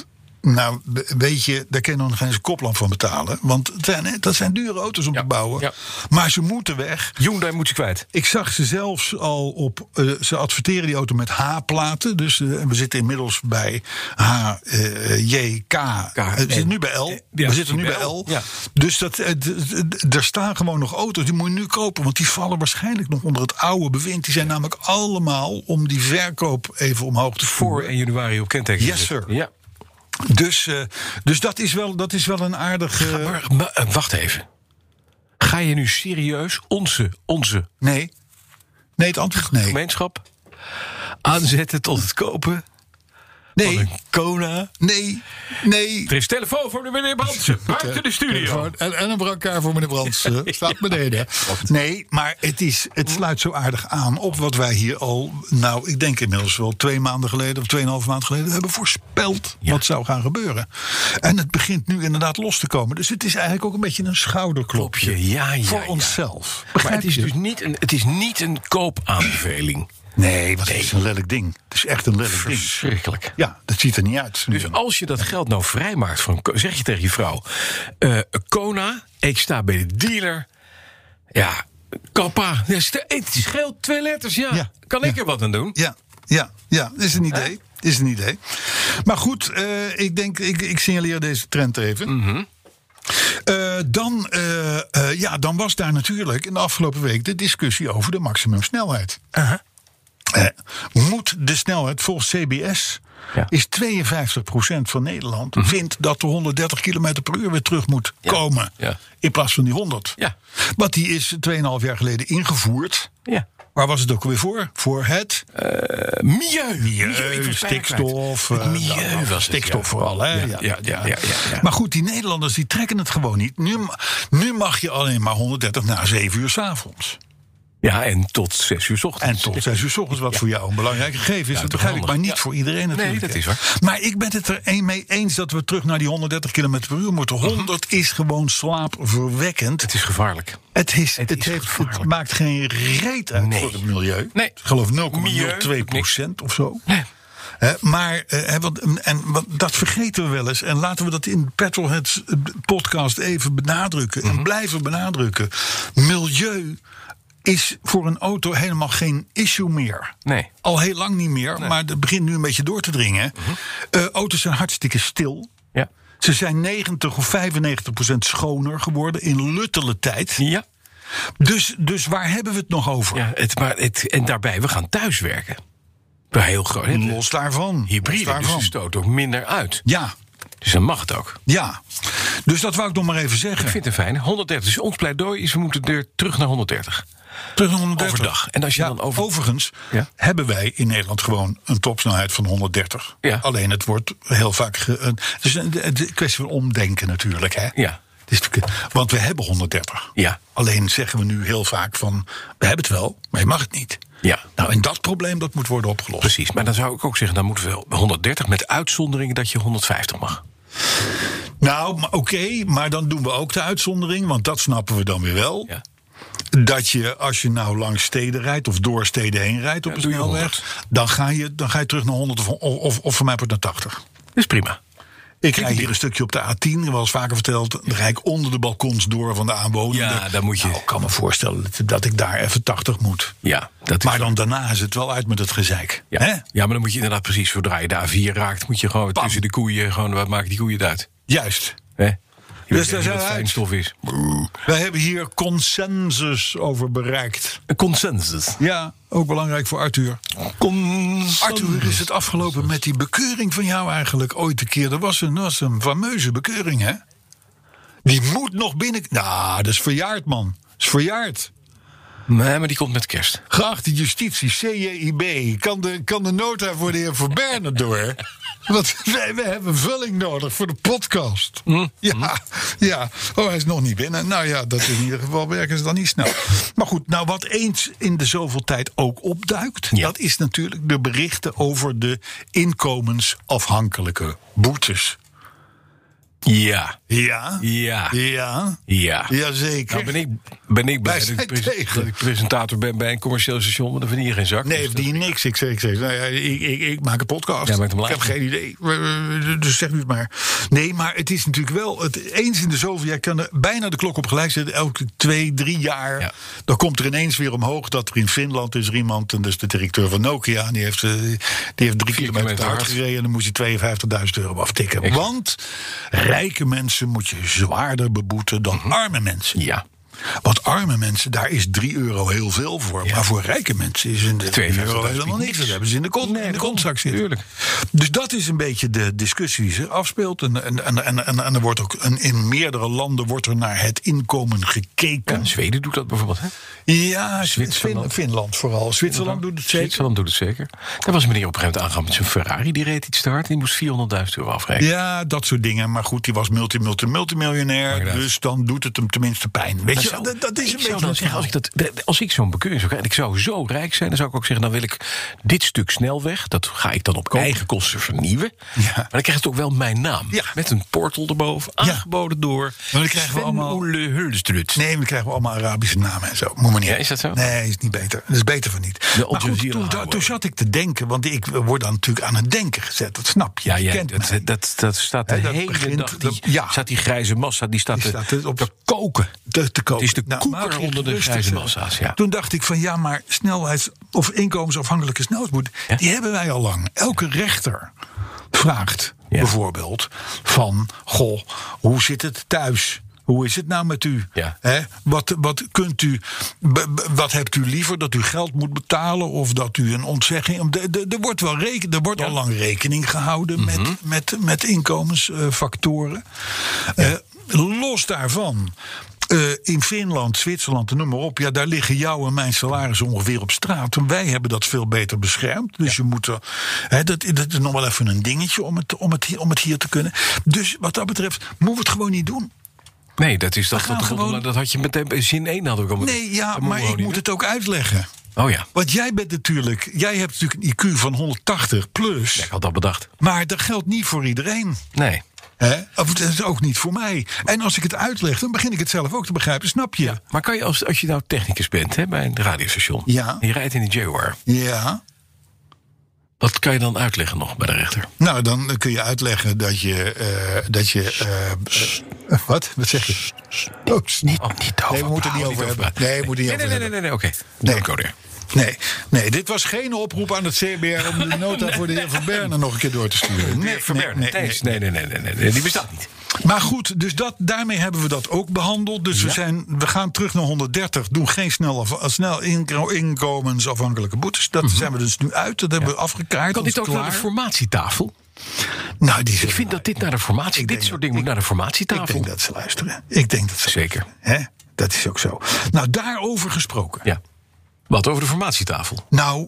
[SPEAKER 4] Nou, weet je, daar kun je nog geen eens koplamp van betalen. Want dat zijn dure auto's om te bouwen. Ja. Maar ze moeten weg.
[SPEAKER 3] Hyundai moet ze kwijt.
[SPEAKER 4] Ik zag ze zelfs al op... ze adverteren die auto met H-platen. Dus we zitten inmiddels bij H, J, K. We zitten nu bij L. We zitten nu bij L. Ja. Dus er staan gewoon nog auto's. Die moet je nu kopen. Want die vallen waarschijnlijk nog onder het oude bewind. Die zijn namelijk allemaal om die verkoop even omhoog te voeren.
[SPEAKER 3] Voor 1 januari op kenteken.
[SPEAKER 4] Yes, sir.
[SPEAKER 3] Ja.
[SPEAKER 4] Dus dat is wel een aardige...
[SPEAKER 3] Maar, wacht even. Ga je nu serieus onze...
[SPEAKER 4] Nee, het antwoord is nee.
[SPEAKER 3] Gemeenschap aanzetten tot het kopen...
[SPEAKER 4] Nee.
[SPEAKER 3] Van een Kona.
[SPEAKER 4] Nee.
[SPEAKER 3] Er is telefoon voor de meneer Brandsen. Buiten de studio.
[SPEAKER 4] En een brancard voor meneer Brandsen. Staat beneden. Nee, maar het sluit zo aardig aan op wat wij hier al... Nou, ik denk inmiddels wel 2 maanden geleden... of 2,5 maand geleden hebben voorspeld wat zou gaan gebeuren. En het begint nu inderdaad los te komen. Dus het is eigenlijk ook een beetje een schouderklopje. Voor onszelf.
[SPEAKER 3] Maar het is dus niet een koopaanbeveling.
[SPEAKER 4] Nee, het is een lelijk ding. Het is echt een lelijk ding.
[SPEAKER 3] Verschrikkelijk.
[SPEAKER 4] Ja, dat ziet er niet uit.
[SPEAKER 3] Dus als je dat geld nou vrijmaakt, zeg je tegen je vrouw... Kona, ik sta bij de dealer. Ja, kappa. Het scheelt 2 letters, ja. Kan ik er wat aan doen?
[SPEAKER 4] Ja, dat is een idee. Is een idee. Maar goed, ik denk, ik signaleer deze trend even.
[SPEAKER 3] Mm-hmm.
[SPEAKER 4] Dan was daar natuurlijk in de afgelopen week... de discussie over de maximumsnelheid.
[SPEAKER 3] Uh-huh.
[SPEAKER 4] Moet de snelheid volgens CBS... is 52% van Nederland vindt dat de 130 km per uur weer terug moet komen. Ja. In plaats van die 100.
[SPEAKER 3] Ja.
[SPEAKER 4] Want die is 2,5 jaar geleden ingevoerd. Ja. Waar was het ook weer voor? Voor het...
[SPEAKER 3] milieu,
[SPEAKER 4] stikstof.
[SPEAKER 3] Milieu was
[SPEAKER 4] stikstof vooral. Hè?
[SPEAKER 3] Ja.
[SPEAKER 4] Maar goed, die Nederlanders die trekken het gewoon niet. Nu mag je alleen maar 130 na 7 uur 's avonds.
[SPEAKER 3] Ja, en tot 6 uur 's ochtends.
[SPEAKER 4] Wat voor jou een belangrijk gegeven is. Dat begrijp ik, maar niet voor iedereen natuurlijk.
[SPEAKER 3] Nee, dat is waar.
[SPEAKER 4] Maar ik ben het er mee eens dat we terug naar die 130 km per uur moeten. 100 is gewoon slaapverwekkend.
[SPEAKER 3] Het is gevaarlijk.
[SPEAKER 4] Het maakt geen reet uit voor het milieu.
[SPEAKER 3] Nee.
[SPEAKER 4] Ik geloof 0,02% of zo. Nee. Maar dat vergeten we wel eens. En laten we dat in Petrolheads podcast even benadrukken. En blijven benadrukken. Milieu is voor een auto helemaal geen issue meer.
[SPEAKER 3] Nee.
[SPEAKER 4] Al heel lang niet meer, maar het begint nu een beetje door te dringen. Auto's zijn hartstikke stil.
[SPEAKER 3] Ja.
[SPEAKER 4] Ze zijn 90 of 95% schoner geworden in luttele tijd.
[SPEAKER 3] Ja.
[SPEAKER 4] Dus waar hebben we het nog over?
[SPEAKER 3] Ja, en daarbij, we gaan thuiswerken. Heel groot.
[SPEAKER 4] Los daarvan.
[SPEAKER 3] Hybride, dus ze stoot ook minder uit.
[SPEAKER 4] Ja.
[SPEAKER 3] Dus dan mag het ook.
[SPEAKER 4] Ja. Dus dat wou ik nog maar even zeggen.
[SPEAKER 3] Ik vind het fijn. 130. Dus ons pleidooi is, we moeten er terug naar 130.
[SPEAKER 4] Terug naar 130.
[SPEAKER 3] Overdag. En als je dan
[SPEAKER 4] overigens hebben wij in Nederland gewoon een topsnelheid van 130. Ja. Alleen het wordt heel vaak... Het is een kwestie van omdenken natuurlijk. Hè?
[SPEAKER 3] Ja.
[SPEAKER 4] Want we hebben 130.
[SPEAKER 3] Ja.
[SPEAKER 4] Alleen zeggen we nu heel vaak van... we hebben het wel, maar je mag het niet.
[SPEAKER 3] Ja.
[SPEAKER 4] Nou, en dat probleem dat moet worden opgelost.
[SPEAKER 3] Precies, maar dan zou ik ook zeggen... dan moeten we 130 met uitzondering dat je 150 mag.
[SPEAKER 4] Nou, oké, maar dan doen we ook de uitzondering... want dat snappen we dan weer wel... Ja. Dat je, als je nou langs steden rijdt... of door steden heen rijdt op een snelweg... dan ga je terug naar 100 of voor mij wordt naar 80.
[SPEAKER 3] Dat is prima.
[SPEAKER 4] Ik rijd hier een stukje op de A10, ik heb wel eens vaker verteld... dan rijd ik onder de balkons door van de aanwonenden.
[SPEAKER 3] Ja, dan moet je...
[SPEAKER 4] Nou, ik kan me voorstellen dat ik daar even 80 moet.
[SPEAKER 3] Ja, dat is
[SPEAKER 4] maar dan daarna is het wel uit met het gezeik.
[SPEAKER 3] Ja.
[SPEAKER 4] Hè?
[SPEAKER 3] Ja, maar dan moet je inderdaad precies... zodra je de A4 raakt, moet je gewoon tussen de koeien... gewoon wat maken die koeien het uit.
[SPEAKER 4] Juist.
[SPEAKER 3] Hè?
[SPEAKER 4] Dus daar zijn
[SPEAKER 3] fijnstof is.
[SPEAKER 4] Wij hebben hier consensus over bereikt.
[SPEAKER 3] Een consensus?
[SPEAKER 4] Ja, ook belangrijk voor Arthur. Arthur, hoe is het afgelopen met die bekeuring van jou eigenlijk ooit een keer? Dat was een fameuze bekeuring, hè? Die moet nog binnen... Nou, dat is verjaard, man. Dat is verjaard.
[SPEAKER 3] Nee, maar die komt met kerst.
[SPEAKER 4] Geachte justitie, CJIB, kan de nota voor de heer Verberne door? Want we hebben vulling nodig voor de podcast. Ja. Oh, hij is nog niet binnen. Nou ja, dat in ieder geval werken ze dan niet snel. Maar goed, nou wat eens in de zoveel tijd ook opduikt... dat is natuurlijk de berichten over de inkomensafhankelijke boetes.
[SPEAKER 3] Ja.
[SPEAKER 4] Ja?
[SPEAKER 3] Ja.
[SPEAKER 4] Ja?
[SPEAKER 3] Ja.
[SPEAKER 4] Jazeker.
[SPEAKER 3] Nou ben ik blij dat ik presentator ben bij een commercieel station, maar dan verdien je geen zak.
[SPEAKER 4] Nee, verdien je niks. Ik zeg nou ja, ik maak een podcast.
[SPEAKER 3] Ja,
[SPEAKER 4] ik heb geen idee. Dus zeg nu het maar. Nee, maar het is natuurlijk wel, eens in de zoveel jaar kan er bijna de klok op gelijk zetten. Elke 2-3 jaar. Ja. Dan komt er ineens weer omhoog dat er in Finland is er iemand, en dus de directeur van Nokia, die heeft 3 kilometer te hard gereden en dan moest hij €52.000 aftikken. Exact. Want rijke mensen moet je zwaarder beboeten dan arme mensen.
[SPEAKER 3] Ja.
[SPEAKER 4] Want arme mensen, daar is €3 heel veel voor. Ja. Maar voor rijke mensen is een €2 helemaal niks. Dat hebben ze in de contract zitten.
[SPEAKER 3] Tuurlijk.
[SPEAKER 4] Dus dat is een beetje de discussie die zich afspeelt. En er wordt ook in meerdere landen wordt er naar het inkomen gekeken.
[SPEAKER 3] Ja, Zweden doet dat bijvoorbeeld, hè?
[SPEAKER 4] Ja, Finland vooral. Zwitserland doet het zeker.
[SPEAKER 3] Zwitserland doet het zeker. Daar was een meneer op een gegeven moment aangegaan met zijn Ferrari. Die reed iets te hard. Die moest €400.000 afrekenen.
[SPEAKER 4] Ja, dat soort dingen. Maar goed, die was multimiljonair. Dus dan doet het hem tenminste pijn. Weet je, dat is een beetje
[SPEAKER 3] dan zeggen, als ik zo'n bekeuring zou krijgen en ik zou zo rijk zijn, dan zou ik ook zeggen, dan wil ik dit stuk snelweg, dat ga ik dan op eigen kosten vernieuwen. Ja. Maar dan krijgt het ook wel mijn naam. Ja. Met een portal erboven, aangeboden door
[SPEAKER 4] maar dan krijgen we allemaal
[SPEAKER 3] Hulstrut.
[SPEAKER 4] Nee, dan krijgen we allemaal Arabische namen en zo. Moet maar niet.
[SPEAKER 3] Ja, is dat zo?
[SPEAKER 4] Nee, is niet beter. Dat is beter van niet. Maar goed, toen zat ik te denken, want ik word dan natuurlijk aan het denken gezet. Dat snap je.
[SPEAKER 3] Ja, dat staat de hele dag. Staat die grijze massa, die staat op te koken.
[SPEAKER 4] Te koken.
[SPEAKER 3] Het is de koeker onder de grijze massa's. Ja.
[SPEAKER 4] Toen dacht ik van ja, maar snelheids- of inkomensafhankelijke snelheidsboete, die hebben wij al lang. Elke rechter vraagt bijvoorbeeld van, goh, hoe zit het thuis? Hoe is het nou met u?
[SPEAKER 3] Ja.
[SPEAKER 4] Wat kunt u? Wat hebt u liever? Dat u geld moet betalen of dat u een ontzegging? Er wordt al lang rekening gehouden met inkomensfactoren. Los daarvan. In Finland, Zwitserland, noem maar op. Ja, daar liggen jouw en mijn salarissen ongeveer op straat. En wij hebben dat veel beter beschermd. Dus je moet dat is nog wel even een dingetje om het hier te kunnen. Dus wat dat betreft moeten we het gewoon niet doen.
[SPEAKER 3] Nee, dat had je meteen bij zin 1 hadden we komen.
[SPEAKER 4] Nee, ja, maar ik moet het ook uitleggen.
[SPEAKER 3] Oh ja.
[SPEAKER 4] Want jij hebt natuurlijk een IQ van 180 plus.
[SPEAKER 3] Ja, ik had dat bedacht.
[SPEAKER 4] Maar dat geldt niet voor iedereen.
[SPEAKER 3] Nee.
[SPEAKER 4] Of dat is ook niet voor mij. En als ik het uitleg, dan begin ik het zelf ook te begrijpen. Snap je?
[SPEAKER 3] Ja, maar kan je als je nou technicus bent bij een radiostation.
[SPEAKER 4] Ja.
[SPEAKER 3] En je rijdt in de Jaguar.
[SPEAKER 4] Ja.
[SPEAKER 3] Wat kan je dan uitleggen nog bij de rechter?
[SPEAKER 4] Nou, dan kun je uitleggen dat je wat? Wat zeg je?
[SPEAKER 3] Niet over.
[SPEAKER 4] Nee, we moeten het niet over hebben. Nee, we moeten niet over hebben.
[SPEAKER 3] Nee, oké.
[SPEAKER 4] Nee, go there. Nee, dit was geen oproep aan het CBR om de nota voor de heer Van Bernen nog een keer door te sturen.
[SPEAKER 3] Nee, die bestaat niet.
[SPEAKER 4] Maar goed, dus daarmee hebben we dat ook behandeld. Dus we gaan terug naar 130, doen geen snel inkomensafhankelijke boetes. Dat zijn we dus nu uit, dat hebben we afgekaart.
[SPEAKER 3] Kan dit ook naar de formatietafel?
[SPEAKER 4] Nou,
[SPEAKER 3] ik vind dat dit naar de formatie, dit soort dingen moet naar de formatietafel. Ik
[SPEAKER 4] denk dat ze luisteren. Ik denk dat ze
[SPEAKER 3] zeker.
[SPEAKER 4] Dat is ook zo. Nou, daarover gesproken.
[SPEAKER 3] Ja. Wat over de formatietafel?
[SPEAKER 4] Nou,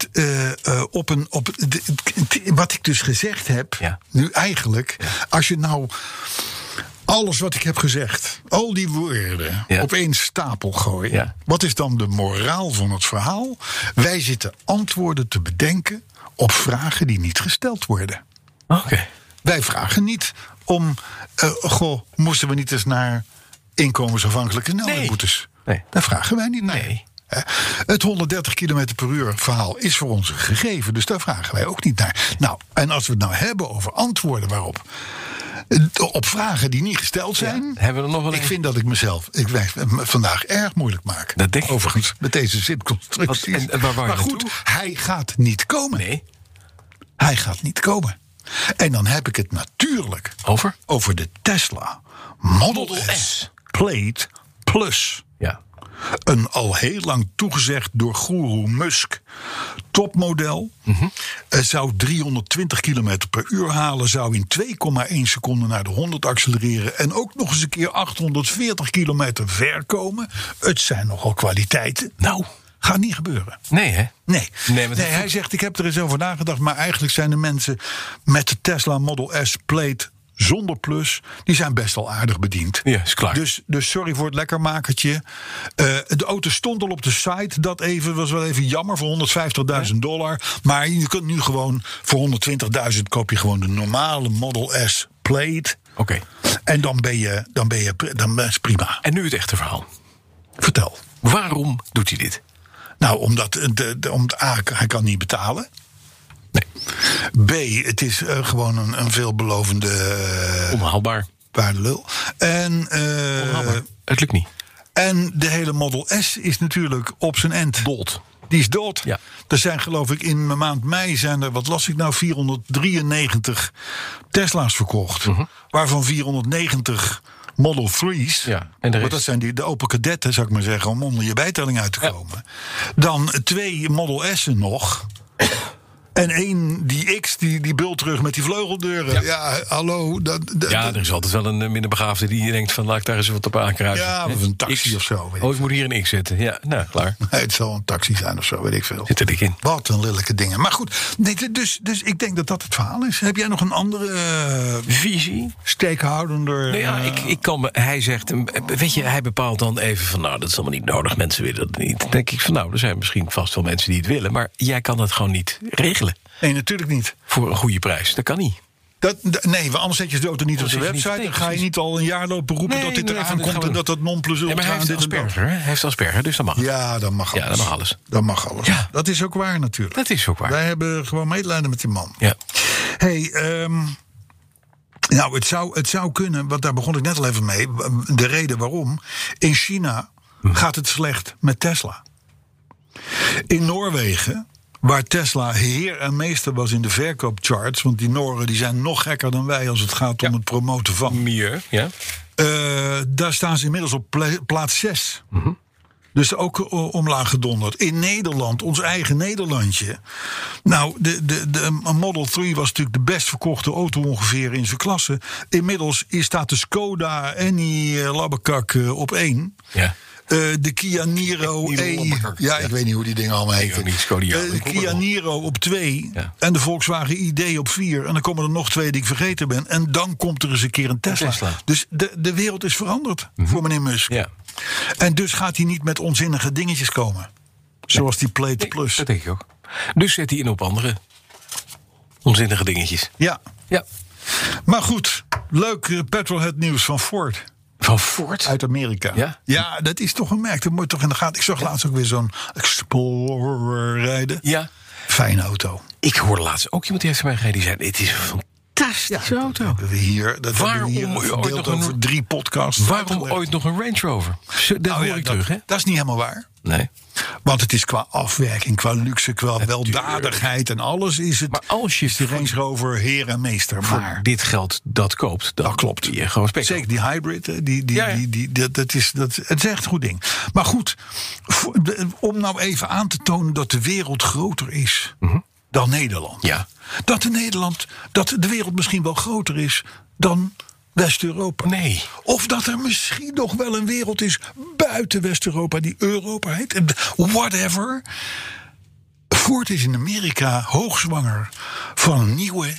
[SPEAKER 4] wat ik dus gezegd heb, nu eigenlijk, als je nou alles wat ik heb gezegd, al die woorden op één stapel gooit, wat is dan de moraal van het verhaal? Wij zitten antwoorden te bedenken op vragen die niet gesteld worden.
[SPEAKER 3] Oké.
[SPEAKER 4] Wij vragen niet om, moesten we niet eens naar inkomensafhankelijke snelheidsboetes?
[SPEAKER 3] Nee.
[SPEAKER 4] Daar vragen wij niet naar.
[SPEAKER 3] Nee.
[SPEAKER 4] Het 130 km per uur verhaal is voor ons gegeven, dus daar vragen wij ook niet naar. Nou, en als we het nou hebben over antwoorden waarop, op vragen die niet gesteld zijn,
[SPEAKER 3] hebben we er nog wel
[SPEAKER 4] ik vind dat ik mezelf vandaag erg moeilijk maak.
[SPEAKER 3] Dat denk ik.
[SPEAKER 4] Overigens, met deze zitconstructies. Maar goed, hij gaat niet komen.
[SPEAKER 3] Nee.
[SPEAKER 4] Hij gaat niet komen. En dan heb ik het natuurlijk over de Tesla Model S Plaid Plus.
[SPEAKER 3] Ja.
[SPEAKER 4] Een al heel lang toegezegd door goeroe Musk topmodel. Zou 320 km per uur halen. Zou in 2,1 seconden naar de 100 accelereren. En ook nog eens een keer 840 kilometer ver komen. Het zijn nogal kwaliteiten. Nou, gaat niet gebeuren.
[SPEAKER 3] Nee, hè?
[SPEAKER 4] Nee, hij zegt, ik heb er eens over nagedacht. Maar eigenlijk zijn de mensen met de Tesla Model S Plaid zonder plus, die zijn best wel aardig bediend.
[SPEAKER 3] Ja, is klaar.
[SPEAKER 4] Dus sorry voor het lekkermakertje. De auto stond al op de site. Dat was wel even jammer voor $150.000. Maar je kunt nu gewoon voor 120.000 koop je gewoon de normale Model S Plaid.
[SPEAKER 3] Oké.
[SPEAKER 4] En dan is het prima.
[SPEAKER 3] En nu het echte verhaal.
[SPEAKER 4] Vertel.
[SPEAKER 3] Waarom doet hij dit?
[SPEAKER 4] Nou, omdat hij kan niet betalen.
[SPEAKER 3] Nee.
[SPEAKER 4] B, het is gewoon een veelbelovende...
[SPEAKER 3] Onhaalbaar.
[SPEAKER 4] Paardenlul.
[SPEAKER 3] Onhaalbaar. Het lukt niet.
[SPEAKER 4] En de hele Model S is natuurlijk op zijn end.
[SPEAKER 3] Dood.
[SPEAKER 4] Die is dood.
[SPEAKER 3] Ja.
[SPEAKER 4] Er zijn geloof ik in maand mei zijn er, wat las ik nou, 493 Tesla's verkocht. Waarvan 490 Model 3's.
[SPEAKER 3] Ja, en
[SPEAKER 4] want dat zijn de Opel Kadetten, zou ik maar zeggen, om onder je bijtelling uit te komen. Dan 2 Model S'en nog. En 1, die X, die bultrug met die vleugeldeuren. Ja, hallo.
[SPEAKER 3] Er is altijd wel een minder begaafde die denkt van... laat ik daar eens wat op aankruisen.
[SPEAKER 4] Ja, of een taxi
[SPEAKER 3] X.
[SPEAKER 4] of zo.
[SPEAKER 3] Ik moet hier een X zetten. Ja, nou, klaar.
[SPEAKER 4] Nee, het zal een taxi zijn of zo, weet ik veel.
[SPEAKER 3] Zit er dik in.
[SPEAKER 4] Wat een lelijke dingen. Maar goed, nee, dus ik denk dat dat het verhaal is. Heb jij nog een andere
[SPEAKER 3] visie?
[SPEAKER 4] Steekhoudender?
[SPEAKER 3] Hij zegt, weet je, hij bepaalt dan even van... nou, dat is allemaal niet nodig, mensen willen dat niet. Dan denk ik van, nou, er zijn misschien vast wel mensen die het willen... maar jij kan het gewoon niet regelen.
[SPEAKER 4] Nee, natuurlijk niet.
[SPEAKER 3] Voor een goede prijs, dat kan niet.
[SPEAKER 4] Nee, want anders zet je de auto niet op de website. Dan ga je niet al een jaar lopen roepen dat dit eraan komt... en dat non-plus-ultra...
[SPEAKER 3] maar hij heeft Asperger, dus dat mag.
[SPEAKER 4] Ja, dat mag alles.
[SPEAKER 3] Ja, dat mag alles.
[SPEAKER 4] Dat mag alles. Ja. Dat is ook waar natuurlijk.
[SPEAKER 3] Dat is ook waar.
[SPEAKER 4] Wij hebben gewoon medelijden met die man.
[SPEAKER 3] Ja.
[SPEAKER 4] Hey, nou, het zou kunnen, want daar begon ik net al even mee... de reden waarom. In China gaat het slecht met Tesla. In Noorwegen... waar Tesla heer en meester was in de verkoopcharts... want die Noren die zijn nog gekker dan wij... als het gaat om het promoten van.
[SPEAKER 3] Milieu, ja.
[SPEAKER 4] Daar staan ze inmiddels op plaats 6. Dus ook omlaag gedonderd. In Nederland, ons eigen Nederlandje... nou, de Model 3 was natuurlijk de best verkochte auto ongeveer in zijn klasse. Inmiddels staat de Skoda en die Labbekak op 1...
[SPEAKER 3] Ja.
[SPEAKER 4] De Kia Niro E. Ja, ik weet niet hoe die dingen allemaal heten. De Kia Niro op 2. Ja. En de Volkswagen ID op 4. En dan komen er nog 2 die ik vergeten ben. En dan komt er eens een keer een Tesla. Dus de wereld is veranderd voor meneer Musk. Ja. En dus gaat hij niet met onzinnige dingetjes komen. Zoals die Plate Plus.
[SPEAKER 3] Dat denk ik ook. Dus zet hij in op andere onzinnige dingetjes.
[SPEAKER 4] Ja.
[SPEAKER 3] Ja.
[SPEAKER 4] Maar goed, leuk petrolhead nieuws van Ford.
[SPEAKER 3] Van Ford?
[SPEAKER 4] Uit Amerika.
[SPEAKER 3] Ja?
[SPEAKER 4] Ja, dat is toch een merk. Dat moet toch in de gaten. Ik zag laatst ook weer zo'n Explorer rijden.
[SPEAKER 3] Ja.
[SPEAKER 4] Fijne auto.
[SPEAKER 3] Ik hoorde laatst ook iemand die heeft mij gereden. Die zei, het is een fantastische auto.
[SPEAKER 4] Dat hebben we hier ooit nog over 3 podcasts.
[SPEAKER 3] Waarom ooit nog een Range Rover? Dat hoor ik terug, hè?
[SPEAKER 4] Dat is niet helemaal waar.
[SPEAKER 3] Nee.
[SPEAKER 4] Want het is qua afwerking, qua luxe, qua weldadigheid en alles is het.
[SPEAKER 3] Maar als je
[SPEAKER 4] de Range Rover heer en meester.
[SPEAKER 3] Maar dit geld dat koopt, dat
[SPEAKER 4] klopt.
[SPEAKER 3] Je gewoon
[SPEAKER 4] zeker die hybrid, het is echt een goed ding. Maar goed, om nou even aan te tonen dat de wereld groter is dan Nederland.
[SPEAKER 3] Ja.
[SPEAKER 4] Dat de wereld misschien wel groter is dan West-Europa.
[SPEAKER 3] Nee.
[SPEAKER 4] Of dat er misschien nog wel een wereld is buiten West-Europa die Europa heet. Whatever. Ford is in Amerika hoogzwanger van een nieuwe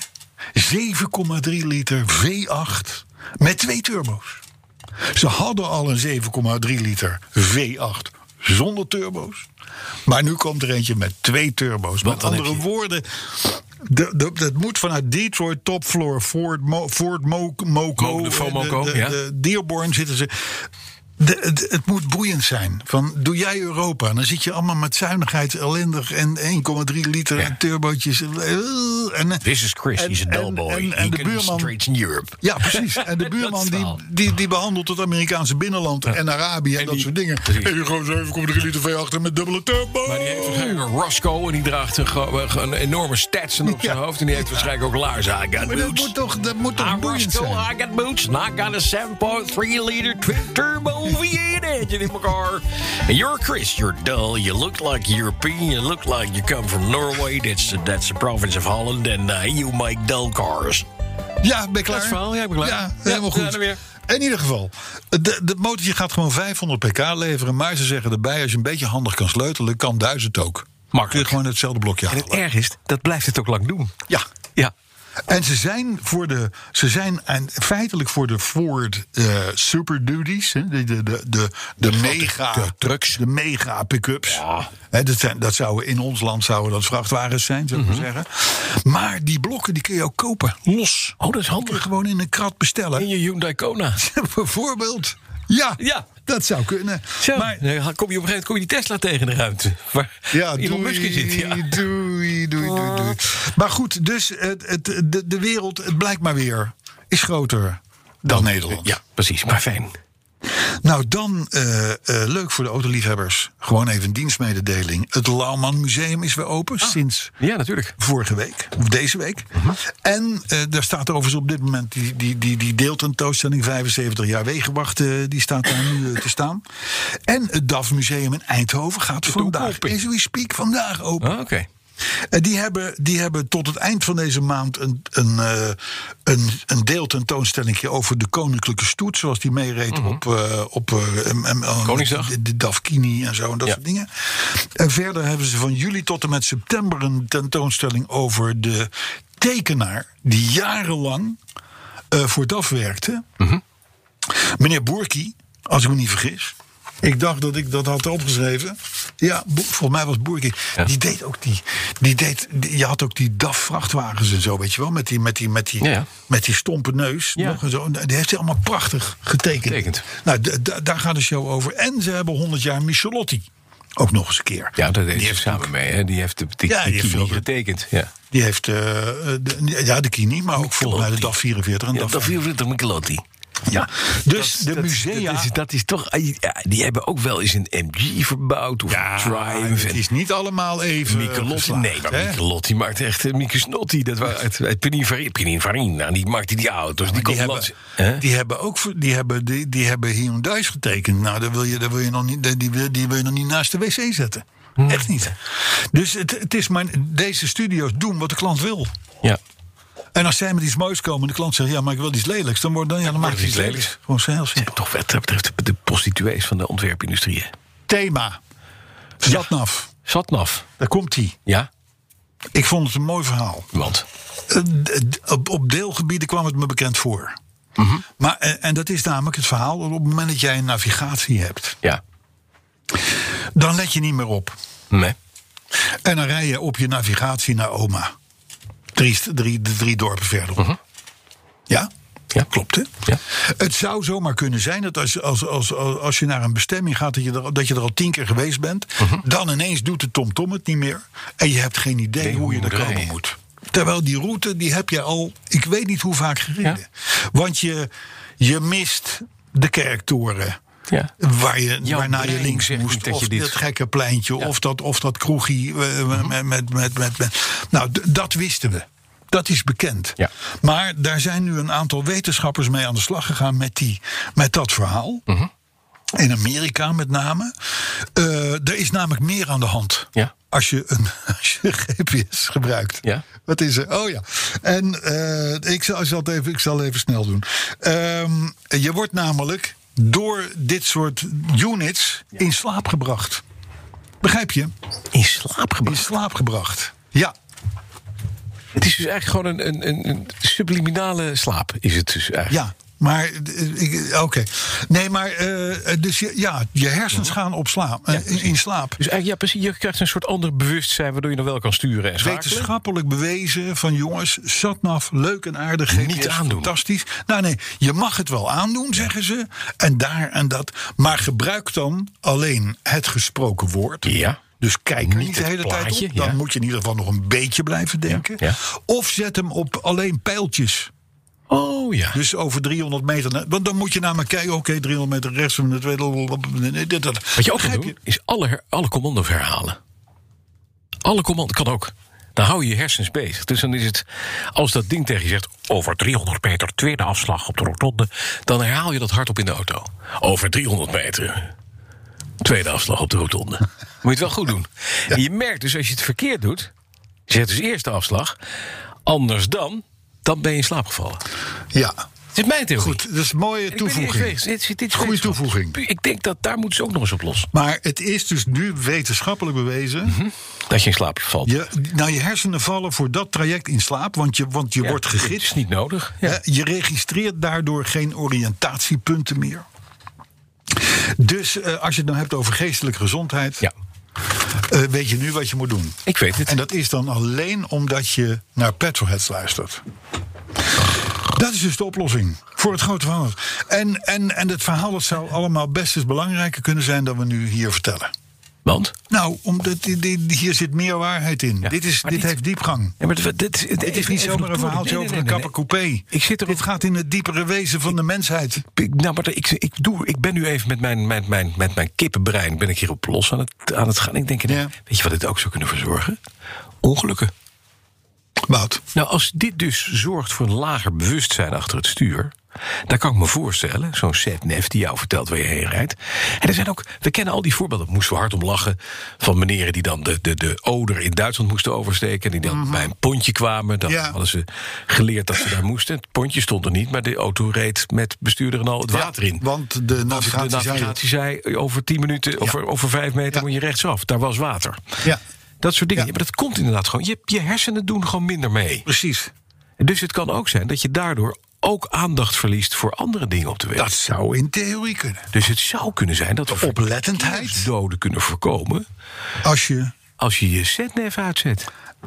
[SPEAKER 4] 7,3 liter V8 met 2 turbo's. Ze hadden al een 7,3 liter V8 zonder turbo's. Maar nu komt er eentje met 2 turbo's. Met andere woorden... Dat moet vanuit Detroit, Topfloor, Ford Moco, de Dearborn zitten ze. Het moet boeiend zijn. Van, doe jij Europa? Dan zit je allemaal met zuinigheid ellendig en 1,3 liter turbootjes.
[SPEAKER 3] This is Chris, he's a dull boy.
[SPEAKER 4] En de buurman,
[SPEAKER 3] in Europe.
[SPEAKER 4] Ja, precies. En de buurman die behandelt het Amerikaanse binnenland en Arabië en dat soort dingen. En je gewoon 7,3 liter V8 met dubbele turbo.
[SPEAKER 3] Maar die heeft waarschijnlijk een Roscoe en die draagt een enorme Stetson op zijn hoofd. En die heeft waarschijnlijk ook laarzen. I got boots.
[SPEAKER 4] Dat moet toch boeiend zijn?
[SPEAKER 3] I got boots and I got a 7.3 liter turbo V8 engine in my car. And you're Chris, you're dull, you look like European, you look like you come from Norway, that's the province of Holland, and you make dull cars.
[SPEAKER 4] Ja, ben je klaar?
[SPEAKER 3] Dat is verhaal, ja, ik ben klaar.
[SPEAKER 4] Ja, helemaal goed. In ieder geval, het motortje gaat gewoon 500 pk leveren, maar ze zeggen erbij, als je een beetje handig kan sleutelen, kan 1000 ook.
[SPEAKER 3] Makkelijk.
[SPEAKER 4] Kun je gewoon hetzelfde blokje halen.
[SPEAKER 3] En het erg is, dat blijft het ook lang doen.
[SPEAKER 4] Ja.
[SPEAKER 3] Ja.
[SPEAKER 4] En ze zijn feitelijk voor de Ford Super Duties, de mega trucks, de mega pick-ups. Ja. Dat zouden in ons land dat vrachtwagens zijn, zou ik maar zeggen. Maar die blokken die kun je ook kopen, los.
[SPEAKER 3] Oh, dat is handig.
[SPEAKER 4] Kun je gewoon in een krat bestellen.
[SPEAKER 3] In je Hyundai Kona.
[SPEAKER 4] Bijvoorbeeld. Ja. Dat zou kunnen.
[SPEAKER 3] Zo, maar dan kom je op een gegeven moment die Tesla tegen de ruimte. Waar Elon Musk in zit. Ja.
[SPEAKER 4] Doei. Maar goed, dus de wereld, het blijkt maar weer, is groter dan Nederland.
[SPEAKER 3] Ja, precies, maar fijn.
[SPEAKER 4] Nou, dan leuk voor de autoliefhebbers. Gewoon even een dienstmededeling. Het Lauwman Museum is weer open sinds
[SPEAKER 3] natuurlijk.
[SPEAKER 4] Vorige week, of deze week. En daar staat overigens op dit moment die deeltentoonstelling 75 jaar Wegenwacht, die staat daar nu te staan. En het DAF Museum in Eindhoven gaat vandaag, as we speak, vandaag open.
[SPEAKER 3] Oké.
[SPEAKER 4] Die hebben tot het eind van deze maand een deeltentoonstelling over de koninklijke stoet, zoals die meereed op
[SPEAKER 3] Koningsdag,
[SPEAKER 4] de Dafkini en zo en dat soort dingen. En verder hebben ze van juli tot en met september een tentoonstelling over de tekenaar die jarenlang voor DAF werkte. Meneer Boerki, als ik me niet vergis. Ik dacht dat ik dat had opgeschreven. Ja, volgens mij was Boerki. Ja. Die deed ook je had ook die DAF-vrachtwagens en zo, weet je wel. Met die stompe neus. Ja. Nog en zo. Die heeft hij allemaal prachtig getekend. Nou, daar gaat de show over. En ze hebben 100 jaar Michelotti. Ook nog eens een keer.
[SPEAKER 3] Ja, dat deed ze samen mee. Hè? Die heeft de Kini getekend. Ja.
[SPEAKER 4] Die heeft de Kini, maar ook volgens mij de DAF 44 en
[SPEAKER 3] DAF 44 Michelotti.
[SPEAKER 4] Ja, dus de musea...
[SPEAKER 3] Dat is toch... die hebben ook wel eens een MG verbouwd. Of Triumph.
[SPEAKER 4] Het is niet allemaal even...
[SPEAKER 3] Michelotti. Nee, maar Michelotti maakt echt... Michelotti, dat was uit Pininfarina. Die maakte die auto's. Die hebben Hyundai's getekend. Nou, die wil je nog niet naast de wc zetten. Echt niet. Dus het is maar... Deze studio's doen wat de klant wil. Ja.
[SPEAKER 4] En als zij met iets moois komen en de klant zegt... ja, maar ik wil iets lelijks, dan maak je iets lelijks. Gewoon heel simpel.
[SPEAKER 3] Toch wat betreft de prostituees van de ontwerpindustrie.
[SPEAKER 4] Thema. Zatnaf. Daar komt hij.
[SPEAKER 3] Ja.
[SPEAKER 4] Ik vond het een mooi verhaal.
[SPEAKER 3] Want?
[SPEAKER 4] Op deelgebieden kwam het me bekend voor. Maar, en dat is namelijk het verhaal... op het moment dat jij een navigatie hebt...
[SPEAKER 3] Ja.
[SPEAKER 4] Dan let je niet meer op.
[SPEAKER 3] Nee.
[SPEAKER 4] En dan rij je op je navigatie naar oma. Drie dorpen verderop. Ja, klopt hè?
[SPEAKER 3] Ja.
[SPEAKER 4] Het zou zomaar kunnen zijn dat als je naar een bestemming gaat... dat je er al 10 keer geweest bent... dan ineens doet de TomTom het niet meer... en je hebt geen idee hoe je er komen moet. Terwijl die route, die heb je al... ik weet niet hoe vaak gereden. Ja. Want je mist de kerktoren... Ja. Waarna je links moest, of dat gekke pleintje, of dat kroegie Nou, dat wisten we. Dat is bekend. Ja. Maar daar zijn nu een aantal wetenschappers mee aan de slag gegaan met dat verhaal. In Amerika met name. Er is namelijk meer aan de hand. Ja. Als je een GPS gebruikt. Ja. Wat is er? Oh ja. En ik zal even snel doen. Je wordt namelijk... door dit soort units in slaap gebracht. Begrijp je?
[SPEAKER 3] In slaap gebracht?
[SPEAKER 4] In slaap gebracht, ja.
[SPEAKER 3] Het is dus eigenlijk gewoon een subliminale slaap, is het dus eigenlijk.
[SPEAKER 4] Ja, maar... Oké. Nee, maar... dus je hersens gaan op slaap, in slaap.
[SPEAKER 3] Dus eigenlijk, ja, precies. Je krijgt een soort ander bewustzijn... waardoor je nog wel kan sturen en schakelen.
[SPEAKER 4] Wetenschappelijk bewezen van jongens... Zatnaf, leuk en aardig. GPS,
[SPEAKER 3] niet aandoen.
[SPEAKER 4] Fantastisch. Nou nee, je mag het wel aandoen, zeggen ze. En daar en dat. Maar gebruik dan alleen het gesproken woord.
[SPEAKER 3] Ja.
[SPEAKER 4] Dus kijk er niet de hele tijd op. Dan moet je in ieder geval nog een beetje blijven denken. Ja. Of zet hem op alleen pijltjes.
[SPEAKER 3] Oh ja.
[SPEAKER 4] Dus over 300 meter. Want dan moet je namelijk kijken, oké, 300 meter rechts.
[SPEAKER 3] Wat je ook kan doen, is alle commando's herhalen. Alle commando's kan ook. Dan hou je je hersens bezig. Dus dan is het, als dat ding tegen je zegt... over 300 meter, tweede afslag op de rotonde... dan herhaal je dat hardop in de auto. Over 300 meter, tweede afslag op de rotonde. Moet je het wel goed doen. Ja. En je merkt dus, als je het verkeerd doet... je zegt dus eerste afslag, anders dan ben je in slaap gevallen.
[SPEAKER 4] Ja.
[SPEAKER 3] Het is mijn theorie.
[SPEAKER 4] Goed, dat is een mooie toevoeging. Goede toevoeging.
[SPEAKER 3] Ik denk dat daar moeten ze ook nog eens op los.
[SPEAKER 4] Maar het is dus nu wetenschappelijk bewezen...
[SPEAKER 3] Dat je in slaap valt.
[SPEAKER 4] Je hersenen vallen voor dat traject in slaap, want je wordt gegidst.
[SPEAKER 3] Het is niet nodig. Ja.
[SPEAKER 4] Je registreert daardoor geen oriëntatiepunten meer. Dus als je het nou hebt over geestelijke gezondheid...
[SPEAKER 3] Ja.
[SPEAKER 4] Weet je nu wat je moet doen.
[SPEAKER 3] Ik weet het.
[SPEAKER 4] En dat is dan alleen omdat je naar Petrolheads luistert. Dat is dus de oplossing voor het grote verhaal. En het verhaal dat zou allemaal best eens belangrijker kunnen zijn... dan we nu hier vertellen.
[SPEAKER 3] Want?
[SPEAKER 4] Nou, omdat hier zit meer waarheid in. Ja. Dit heeft diepgang.
[SPEAKER 3] Ja, maar
[SPEAKER 4] dit is niet zomaar een verhaaltje over een kapper coupé. Dit gaat in het diepere wezen van de mensheid.
[SPEAKER 3] Ik ben nu even met mijn kippenbrein... ben ik hierop los aan het gaan. Ik denk, weet je wat dit ook zou kunnen verzorgen? Ongelukken.
[SPEAKER 4] Wat?
[SPEAKER 3] Nou, als dit dus zorgt voor een lager bewustzijn achter het stuur... dan kan ik me voorstellen, zo'n setnef die jou vertelt waar je heen rijdt. En er zijn ook, we kennen al die voorbeelden, daar moesten we hard om lachen... van meneren die dan de Oder in Duitsland moesten oversteken... die dan bij een pontje kwamen. Dan hadden ze geleerd dat ze daar moesten. Het pontje stond er niet, maar de auto reed met bestuurder en al het water in.
[SPEAKER 4] Want de navigatie
[SPEAKER 3] zei over 10 minuten, over 5 meter moet je rechtsaf. Daar was water.
[SPEAKER 4] Ja.
[SPEAKER 3] Dat soort dingen. Ja, maar dat komt inderdaad gewoon. Je hersenen doen gewoon minder mee.
[SPEAKER 4] Precies.
[SPEAKER 3] Dus het kan ook zijn dat je daardoor ook aandacht verliest voor andere dingen op de weg.
[SPEAKER 4] Dat zou in theorie kunnen.
[SPEAKER 3] Dus het zou kunnen zijn dat we
[SPEAKER 4] oplettendheid
[SPEAKER 3] doden kunnen voorkomen... als je je setnef uitzet.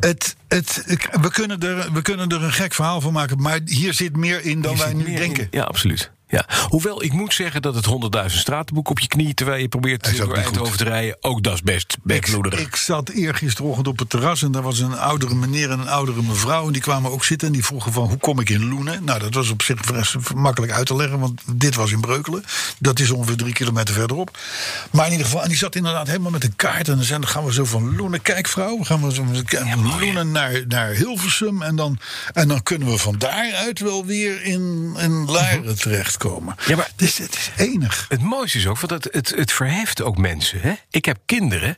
[SPEAKER 4] We kunnen er een gek verhaal van maken... maar hier zit meer in dan wij nu denken.
[SPEAKER 3] Ja, absoluut. Ja. Hoewel, ik moet zeggen dat het 100.000 stratenboek op je knie... terwijl je probeert door Eindhoven te rijden... ook dat is best bloederig.
[SPEAKER 4] Ik zat eergisterochtend op het terras... en daar was een oudere meneer en een oudere mevrouw... en die kwamen ook zitten en die vroegen van... hoe kom ik in Loenen? Nou, dat was op zich makkelijk uit te leggen... want dit was in Breukelen. Dat is ongeveer 3 kilometer verderop. Maar in ieder geval, en die zat inderdaad helemaal met een kaart... en dan gaan we zo van Loenen... kijk vrouw, we gaan van Loenen naar Hilversum... en dan kunnen we van daaruit wel weer in Laren terechtkomen.
[SPEAKER 3] Ja, maar
[SPEAKER 4] dus het is enig.
[SPEAKER 3] Het mooiste is ook, want het verheft ook mensen. Hè? Ik heb kinderen,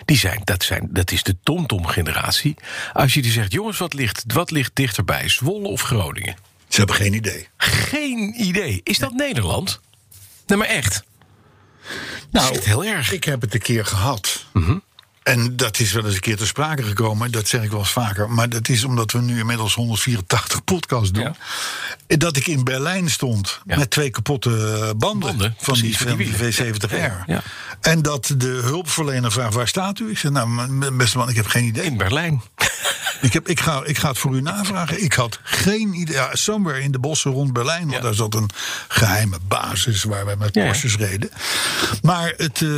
[SPEAKER 3] dat is de TomTom-generatie. Als je die zegt, jongens, wat ligt dichterbij? Zwolle of Groningen?
[SPEAKER 4] Ze hebben geen idee.
[SPEAKER 3] Geen idee. Is dat Nederland? Nee, maar echt.
[SPEAKER 4] Nou,
[SPEAKER 3] dat is echt heel erg.
[SPEAKER 4] Ik heb het een keer gehad. En dat is wel eens een keer ter sprake gekomen. Dat zeg ik wel eens vaker. Maar dat is omdat we nu inmiddels 184 podcasts doen. Ja. Dat ik in Berlijn stond met 2 kapotte banden van die V70R. Ja. En dat de hulpverlener vraagt, waar staat u? Ik zeg, nou, beste man, ik heb geen idee.
[SPEAKER 3] In Berlijn.
[SPEAKER 4] Ik ga het voor u navragen. Ik had geen idee. Ja, somewhere in de bossen rond Berlijn. Want daar zat een geheime basis waar wij met Porsches reden. Maar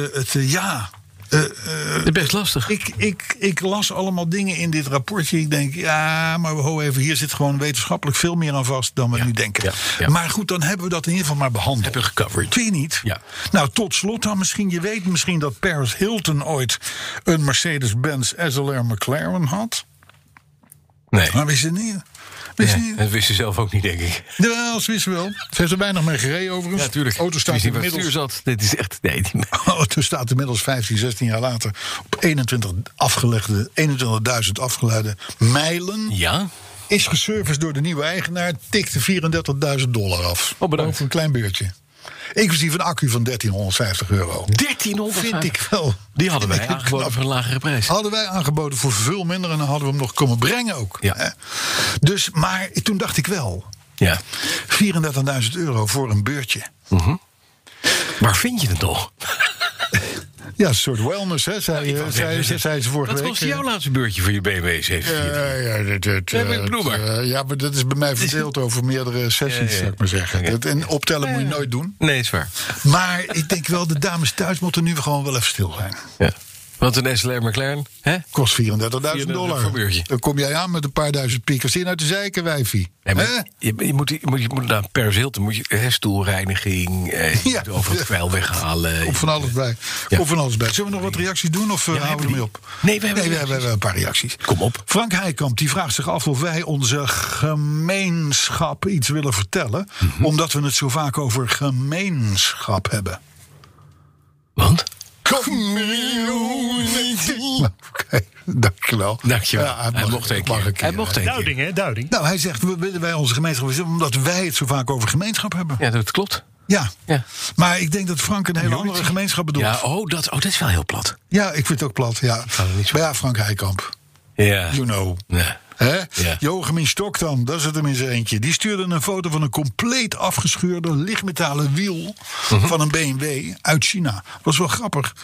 [SPEAKER 3] best lastig.
[SPEAKER 4] Ik las allemaal dingen in dit rapportje. Ik denk, maar ho even, hier zit gewoon wetenschappelijk veel meer aan vast dan we nu denken. Ja. Maar goed, dan hebben we dat in ieder geval maar behandeld.
[SPEAKER 3] Hebben we gecoverd.
[SPEAKER 4] Vind je niet?
[SPEAKER 3] Ja.
[SPEAKER 4] Nou, tot slot dan je weet misschien dat Paris Hilton ooit een Mercedes-Benz SLR McLaren had.
[SPEAKER 3] Nee.
[SPEAKER 4] Maar wist je niet?
[SPEAKER 3] Dat wist je zelf ook niet, denk ik.
[SPEAKER 4] Ja, ze wisten wel. Ze heeft er weinig mee gereden overigens.
[SPEAKER 3] Ja, natuurlijk.
[SPEAKER 4] Auto staat
[SPEAKER 3] inmiddels. Dit is echt. Nee.
[SPEAKER 4] Auto staat inmiddels 15, 16 jaar later op 21.000 afgeleide mijlen.
[SPEAKER 3] Ja.
[SPEAKER 4] Is geserviced door de nieuwe eigenaar. Tikte $34.000 af.
[SPEAKER 3] Oh, bedankt.
[SPEAKER 4] Over een klein beurtje. Inclusief een accu van €1350.
[SPEAKER 3] 1350?
[SPEAKER 4] Vind ik wel.
[SPEAKER 3] Die hadden wij aangeboden voor een lagere prijs.
[SPEAKER 4] Hadden wij aangeboden voor veel minder. En dan hadden we hem nog komen brengen ook.
[SPEAKER 3] Ja.
[SPEAKER 4] Dus, maar toen dacht ik wel.
[SPEAKER 3] Ja.
[SPEAKER 4] €34.000 voor een beurtje.
[SPEAKER 3] Waar vind je het nog?
[SPEAKER 4] Ja, een soort wellness, hè, zei ze vorige week.
[SPEAKER 3] Wat was jouw laatste beurtje voor je BMW 744?
[SPEAKER 4] Ja, maar dat is bij mij verdeeld over meerdere sessies, zou ik maar zeggen. En optellen moet je nooit doen.
[SPEAKER 3] Nee, is waar.
[SPEAKER 4] Maar ik denk wel, de dames thuis moeten nu gewoon wel even stil zijn.
[SPEAKER 3] Ja. Want een SLR McLaren
[SPEAKER 4] kost $34.000. Dan kom jij aan met een paar duizend piekers in uit de zeiken, wijfie.
[SPEAKER 3] Nee, je moet naar Paris Hilton, stoelreiniging, moet over het vuil weghalen.
[SPEAKER 4] Of van alles bij.
[SPEAKER 3] Ja.
[SPEAKER 4] Of van alles bij. Zullen we nog wat reacties doen of houden we ermee op?
[SPEAKER 3] Nee, we hebben
[SPEAKER 4] een paar reacties.
[SPEAKER 3] Kom op.
[SPEAKER 4] Frank Heikamp die vraagt zich af of wij onze gemeenschap iets willen vertellen. Omdat we het zo vaak over gemeenschap hebben.
[SPEAKER 3] Want?
[SPEAKER 4] Okay, dankjewel.
[SPEAKER 3] Ja, hij mocht een keer.
[SPEAKER 5] Duiding.
[SPEAKER 4] Nou, hij zegt, willen wij onze gemeenschap... omdat wij het zo vaak over gemeenschap hebben.
[SPEAKER 3] Ja, dat klopt.
[SPEAKER 4] Ja, maar ik denk dat Frank een hele andere gemeenschap bedoelt.
[SPEAKER 3] Ja, dat is wel heel plat.
[SPEAKER 4] Ja, ik vind het ook plat, ja. Maar ja, Frank Heikamp.
[SPEAKER 3] Ja.
[SPEAKER 4] You know.
[SPEAKER 3] Ja.
[SPEAKER 4] Ja. Joachim Stok dan, dat is het hem in zijn eentje. Die stuurde een foto van een compleet afgescheurde lichtmetalen wiel van een BMW uit China. Dat was wel grappig.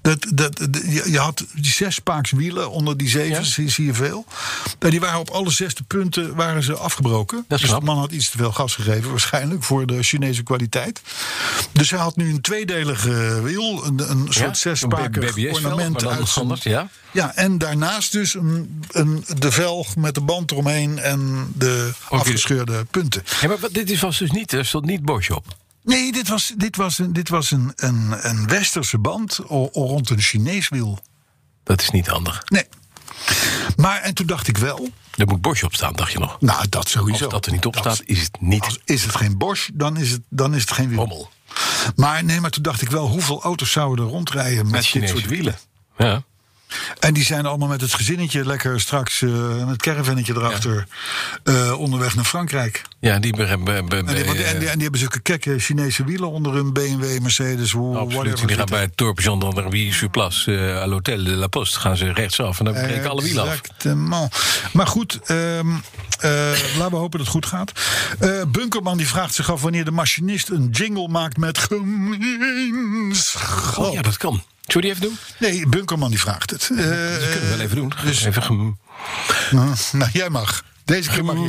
[SPEAKER 4] Je had die 6 spaaks wielen onder die 7, zie je veel. Die waren op alle 6 punten waren ze afgebroken. Dus de man had iets te veel gas gegeven, waarschijnlijk, voor de Chinese kwaliteit. Dus hij had nu een tweedelige wiel, een soort 6-spakig ornament uit zijn... Ja, en daarnaast dus de velg met de band eromheen en de afgescheurde punten.
[SPEAKER 3] Ja, maar dit was dus niet, er stond niet Bosch op.
[SPEAKER 4] Nee, dit was een westerse band rond een Chinees wiel.
[SPEAKER 3] Dat is niet handig.
[SPEAKER 4] Nee. Maar, en toen dacht ik wel...
[SPEAKER 3] Er moet Bosch op staan, dacht je nog?
[SPEAKER 4] Nou, dat sowieso.
[SPEAKER 3] Als dat er niet op staat, is het niet...
[SPEAKER 4] Is het geen Bosch, dan is het geen wiel.
[SPEAKER 3] Rommel.
[SPEAKER 4] Maar toen dacht ik wel, hoeveel auto's zouden er rondrijden met
[SPEAKER 3] Chinese
[SPEAKER 4] dit soort
[SPEAKER 3] wielen? Ja.
[SPEAKER 4] En die zijn allemaal met het gezinnetje lekker straks met caravannetje erachter onderweg naar Frankrijk.
[SPEAKER 3] Ja, die
[SPEAKER 4] hebben zulke kekke Chinese wielen onder hun BMW, Mercedes,
[SPEAKER 3] absoluut. Die gaan bij het dorp Gendarmerie sur place à l'hôtel de la Poste gaan ze rechtsaf en dan breken alle wielen af.
[SPEAKER 4] Exactement. Maar goed, laten we hopen dat het goed gaat. Bunkerman die vraagt zich af wanneer de machinist een jingle maakt met gemeenschap.
[SPEAKER 3] Oh ja, dat kan. Zullen we die even doen?
[SPEAKER 4] Nee, Bunkerman die vraagt het.
[SPEAKER 3] Dat kunnen we wel even doen.
[SPEAKER 4] Dus,
[SPEAKER 3] even
[SPEAKER 4] nou, jij mag. Deze keer mag jij.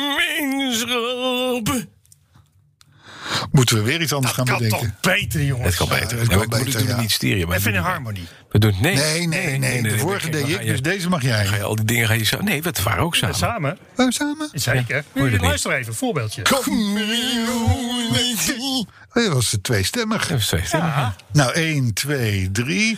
[SPEAKER 3] Gemeenschap.
[SPEAKER 4] Moeten we weer iets anders gaan bedenken?
[SPEAKER 5] Dat kan toch beter, jongens?
[SPEAKER 3] Het kan beter. We doen niet stereo.
[SPEAKER 5] Even in harmonie.
[SPEAKER 3] We doen
[SPEAKER 4] nee. De vorige deed ik, dus deze mag jij.
[SPEAKER 3] Ga je al die dingen ga je samen. Nee, we waren ook samen.
[SPEAKER 5] Samen?
[SPEAKER 4] Samen?
[SPEAKER 5] Zeker. Ja. Luister even, een voorbeeldje.
[SPEAKER 4] Dat was het tweestemmig.
[SPEAKER 3] Dat was tweestemmig. Ja.
[SPEAKER 4] Nou, 1, 2, 3.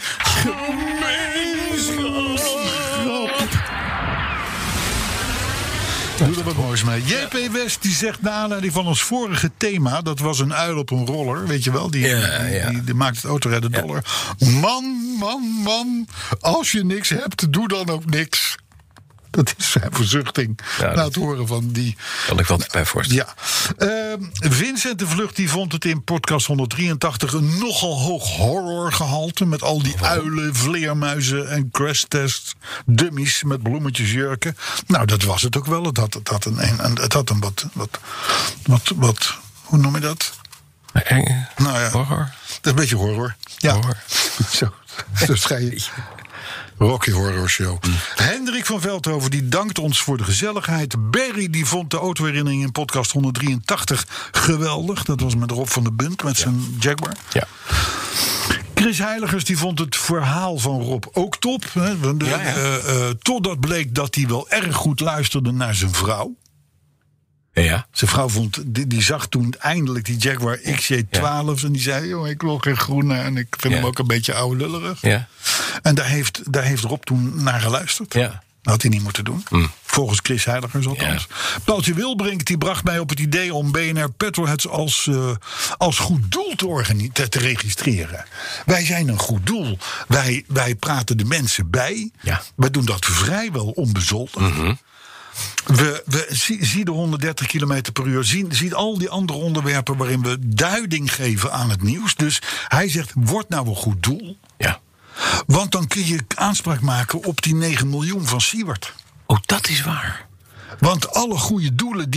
[SPEAKER 4] Doe er wat moois mee. JP West die zegt na aanleiding van ons vorige thema... dat was een uil op een roller, weet je wel? Die maakt het autorijden dollar. Man, als je niks hebt, doe dan ook niks. Dat is zijn verzuchting na het horen van die...
[SPEAKER 3] Kan ik wel bij voorstellen.
[SPEAKER 4] Ja. Vincent de Vlucht die vond het in podcast 183 een nogal hoog horrorgehalte... met al die uilen, vleermuizen en crash test dummies met bloemetjesjurken. Nou, dat was het ook wel. Het had een wat hoe noem je dat? Nou ja,
[SPEAKER 3] horror.
[SPEAKER 4] Dat is een beetje horror. Ja.
[SPEAKER 3] Horror.
[SPEAKER 4] Zo schijn je... Rocky Horror Show. Hendrik van Veldhoven die dankt ons voor de gezelligheid. Barry die vond de autoherinnering in podcast 183 geweldig. Dat was met Rob van der Bunt met zijn Jaguar.
[SPEAKER 3] Ja.
[SPEAKER 4] Chris Heiligers die vond het verhaal van Rob ook top. Totdat bleek dat hij wel erg goed luisterde naar zijn vrouw.
[SPEAKER 3] Ja.
[SPEAKER 4] Zijn vrouw die zag toen eindelijk die Jaguar XJ12 en die zei, joh, ik wil geen groene en ik vind hem ook een beetje oude-lullerig. Ja. En daar heeft Rob toen naar geluisterd. Ja. Dat had hij niet moeten doen. Volgens Chris Heiligers althans. Ja. Paultje Wilbrink die bracht mij op het idee om BNR Petrolheads als goed doel te registreren. Wij zijn een goed doel. Wij praten de mensen bij. Ja. Wij doen dat vrijwel onbezoldigd. Mm-hmm. We zien de 130 km per uur, zien al die andere onderwerpen waarin we duiding geven aan het nieuws. Dus hij zegt, word nou een goed doel. Ja. Want dan kun je aanspraak maken op die 9 miljoen van Siewert.
[SPEAKER 3] Oh, dat is waar.
[SPEAKER 4] Want alle goede doelen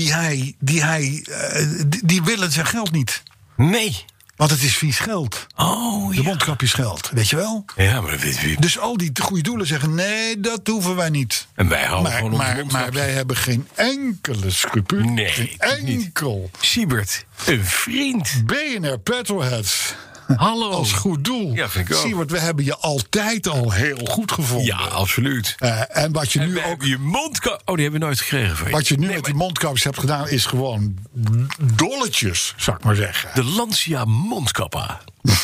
[SPEAKER 4] die willen zijn geld niet.
[SPEAKER 3] Nee.
[SPEAKER 4] Want het is vies geld.
[SPEAKER 3] Oh,
[SPEAKER 4] de mondkapjesgeld, weet je wel?
[SPEAKER 3] Ja, maar dat weet wie.
[SPEAKER 4] Dus al die goede doelen zeggen, nee, dat hoeven wij niet.
[SPEAKER 3] En wij houden gewoon op de mondkapjes.
[SPEAKER 4] Maar wij hebben geen enkele scrupuul.
[SPEAKER 3] Nee,
[SPEAKER 4] geen enkel.
[SPEAKER 3] Siebert, een vriend.
[SPEAKER 4] BNR Petrolheads.
[SPEAKER 3] Hallo.
[SPEAKER 4] Als goed doel.
[SPEAKER 3] Ja, vind ik ook.
[SPEAKER 4] Siewert, we hebben je altijd al heel goed gevonden.
[SPEAKER 3] Ja, absoluut.
[SPEAKER 4] En wat je nu ook...
[SPEAKER 3] Je mondkap... Oh, die hebben we nooit gekregen van je.
[SPEAKER 4] Wat je nu met die mondkapjes hebt gedaan is gewoon dolletjes, zou ik maar zeggen.
[SPEAKER 3] De Lancia mondkappa.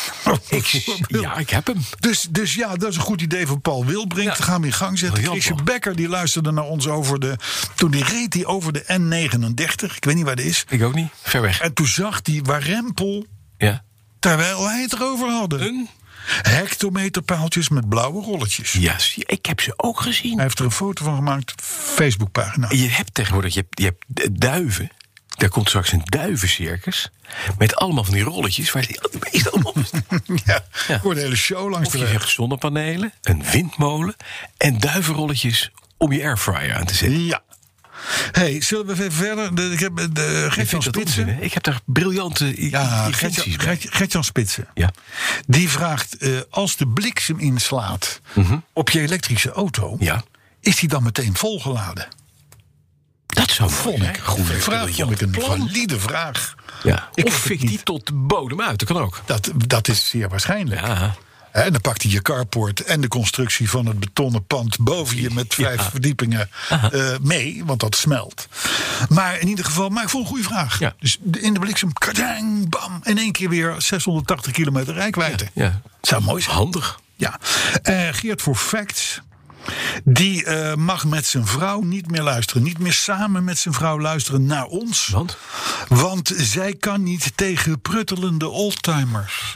[SPEAKER 3] Ik heb hem.
[SPEAKER 4] Dus ja, dat is een goed idee van Paul Wilbrink. Ja. Dan gaan we in gang zetten. Chrisje Becker die luisterde naar ons toen die reed hij over de N39. Ik weet niet waar dat is.
[SPEAKER 3] Ik ook niet. Ver weg.
[SPEAKER 4] En toen zag hij waar Rempel...
[SPEAKER 3] Ja.
[SPEAKER 4] Terwijl wij het erover hadden. hectometerpaaltjes met blauwe rolletjes.
[SPEAKER 3] Ja, ik heb ze ook gezien.
[SPEAKER 4] Hij heeft er een foto van gemaakt, Facebookpagina.
[SPEAKER 3] Je hebt tegenwoordig je hebt duiven. Daar komt straks een duivencircus. Met allemaal van die rolletjes. Waar is dat allemaal?
[SPEAKER 4] Ja, voor de hele show langs
[SPEAKER 3] of
[SPEAKER 4] de
[SPEAKER 3] je
[SPEAKER 4] weg.
[SPEAKER 3] hebt zonnepanelen, een windmolen en duivenrolletjes om je airfryer aan te zetten.
[SPEAKER 4] Ja. Hey, zullen we even verder? Ik heb de Gert-Jan Spitsen.
[SPEAKER 3] Ik heb daar briljante inventies bij.
[SPEAKER 4] Gert-Jan Spitsen.
[SPEAKER 3] Ja.
[SPEAKER 4] Die vraagt, als de bliksem inslaat op je elektrische auto...
[SPEAKER 3] Ja.
[SPEAKER 4] is die dan meteen volgeladen?
[SPEAKER 3] Dat zou
[SPEAKER 4] Vond ik een goede vraag. Vond ik een valide vraag.
[SPEAKER 3] Ja. Of fik die tot de bodem uit, dat kan ook.
[SPEAKER 4] Dat is zeer waarschijnlijk.
[SPEAKER 3] Ja.
[SPEAKER 4] En dan pakt hij je carport en de constructie van het betonnen pand boven je met 5 verdiepingen mee, want dat smelt. Maar in ieder geval, ik vond een goede vraag. Ja. Dus in de bliksem, kadang, bam, in één keer weer 680 kilometer reikwijdte.
[SPEAKER 3] Ja.
[SPEAKER 4] Zou mooi zijn.
[SPEAKER 3] Handig.
[SPEAKER 4] Ja. Geert voor Facts. Die mag met zijn vrouw niet meer luisteren. Niet meer samen met zijn vrouw luisteren naar ons. Want zij kan niet tegen pruttelende oldtimers.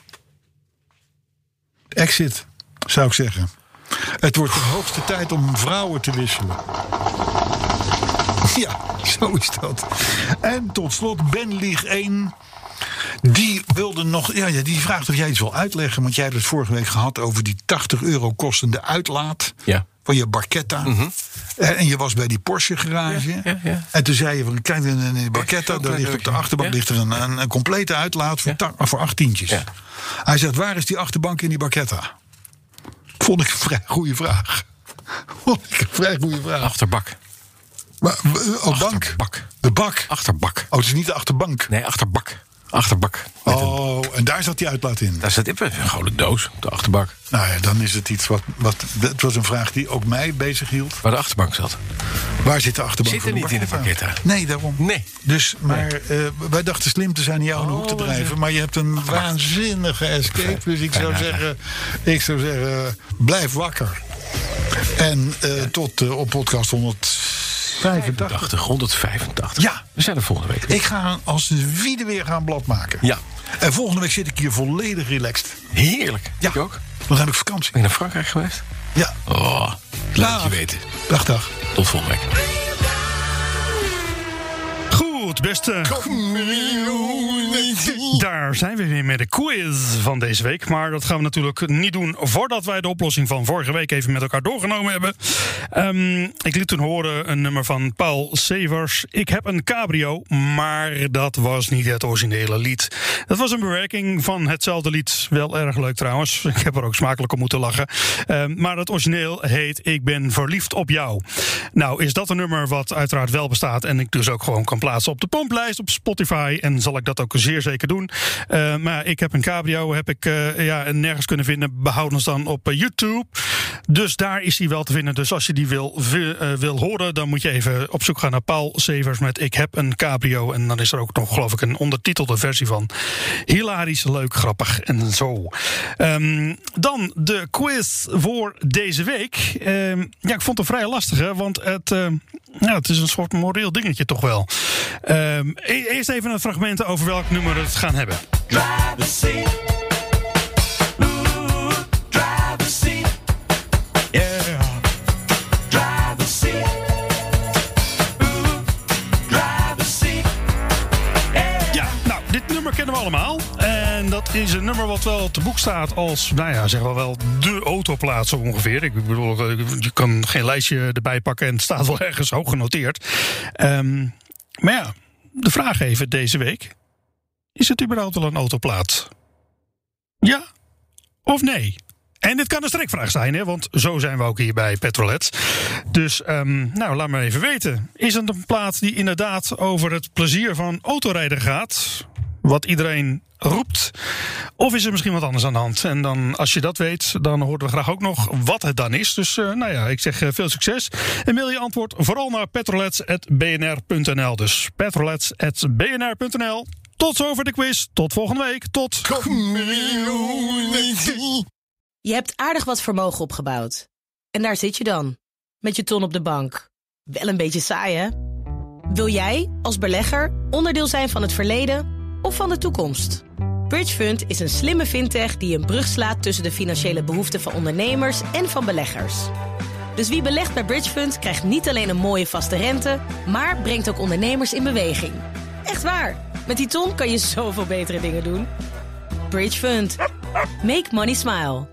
[SPEAKER 4] Exit, zou ik zeggen. Het wordt de hoogste tijd om vrouwen te wisselen. Ja, zo is dat. En tot slot, Ben Lieg 1... Die wilde nog. Ja, die vraagt of jij iets wil uitleggen. Want jij hebt het vorige week gehad over die €80 kostende uitlaat. Ja. Van je Barchetta. En je was bij die Porsche garage. Ja. En toen zei je van kijk, in die Barchetta, daar ligt op de achterbank ligt er een complete uitlaat voor 8 tientjes. Ja. Hij zegt, waar is die achterbank in die Barchetta? Vond ik een vrij goede vraag.
[SPEAKER 3] Achterbak.
[SPEAKER 4] Maar, bank? De bak?
[SPEAKER 3] Achterbak.
[SPEAKER 4] Het is niet de achterbank.
[SPEAKER 3] Nee, achterbak. Achterbak.
[SPEAKER 4] En daar zat die uitlaat in.
[SPEAKER 3] Daar zat gewoon een doos op de achterbak.
[SPEAKER 4] Nou ja, dan is het iets wat. Het was een vraag die ook mij bezig hield.
[SPEAKER 3] Waar de achterbank zat.
[SPEAKER 4] Waar zit de achterbank?
[SPEAKER 3] Zit er niet in de Barchetta.
[SPEAKER 4] Nee, daarom.
[SPEAKER 3] Nee.
[SPEAKER 4] Dus, maar wij dachten slim te zijn in jou in de hoek te drijven. Maar je hebt een waanzinnige escape. Dus ik zou zeggen, blijf wakker. En tot op podcast 185.
[SPEAKER 3] Ja, we zijn er volgende week.
[SPEAKER 4] Ik ga als wiede weer gaan blad maken.
[SPEAKER 3] Ja.
[SPEAKER 4] En volgende week zit ik hier volledig relaxed.
[SPEAKER 3] Heerlijk.
[SPEAKER 4] Ja.
[SPEAKER 3] Ik ook.
[SPEAKER 4] Dan heb ik vakantie.
[SPEAKER 3] Ben je naar Frankrijk geweest?
[SPEAKER 4] Ja.
[SPEAKER 3] Laat je weten.
[SPEAKER 4] Dag.
[SPEAKER 3] Tot volgende week.
[SPEAKER 5] Goed, beste. Daar zijn we weer met de quiz van deze week. Maar dat gaan we natuurlijk niet doen voordat wij de oplossing van vorige week even met elkaar doorgenomen hebben. Ik liet toen horen een nummer van Paul Severs. Ik heb een cabrio, maar dat was niet het originele lied. Dat was een bewerking van hetzelfde lied. Wel erg leuk trouwens. Ik heb er ook smakelijk om moeten lachen. Maar het origineel heet Ik ben verliefd op jou. Nou is dat een nummer wat uiteraard wel bestaat en ik dus ook gewoon kan plaatsen op de pomplijst op Spotify. En zal ik dat ook zeer zeker doen. Maar ik heb een cabrio, heb ik nergens kunnen vinden, behoudens dan op YouTube. Dus daar is die wel te vinden. Dus als je die wil horen, dan moet je even op zoek gaan naar Paul Severs met Ik heb een cabrio. En dan is er ook nog, geloof ik, een ondertitelde versie van. Hilarisch, leuk, grappig en zo. Dan de quiz voor deze week. Ik vond het vrij lastig, want het is een soort moreel dingetje toch wel. Eerst even een fragment over welk nummer we het gaan hebben.
[SPEAKER 6] Driver's seat. Ooh, driver's seat. Yeah. Driver's seat. Ooh, driver's seat. Yeah.
[SPEAKER 5] Ja, nou, dit nummer kennen we allemaal. En dat is een nummer wat wel te boek staat als, zeggen we wel, de autoplaat zo ongeveer. Ik bedoel, je kan geen lijstje erbij pakken en het staat wel ergens hoog genoteerd. Maar ja, de vraag even deze week. Is het überhaupt wel een autoplaat? Ja of nee? En dit kan een strikvraag zijn, hè? Want zo zijn we ook hier bij Petrolheads. Dus, laat me even weten. Is het een plaat die inderdaad over het plezier van autorijden gaat? Wat iedereen roept? Of is er misschien wat anders aan de hand? En dan, als je dat weet, dan horen we graag ook nog wat het dan is. Dus, ik zeg veel succes. En mail je antwoord vooral naar petrolheads@bnr.nl. Dus petrolheads@bnr.nl. Tot zover de quiz. Tot volgende week. Tot.
[SPEAKER 1] Je hebt aardig wat vermogen opgebouwd. En daar zit je dan, met je ton op de bank. Wel een beetje saai, hè? Wil jij, als belegger, onderdeel zijn van het verleden of van de toekomst? Bridgefund is een slimme fintech die een brug slaat tussen de financiële behoeften van ondernemers en van beleggers. Dus wie belegt bij Bridgefund krijgt niet alleen een mooie vaste rente, maar brengt ook ondernemers in beweging. Echt waar, met die ton kan je zoveel betere dingen doen. Bridgefund. Make money smile.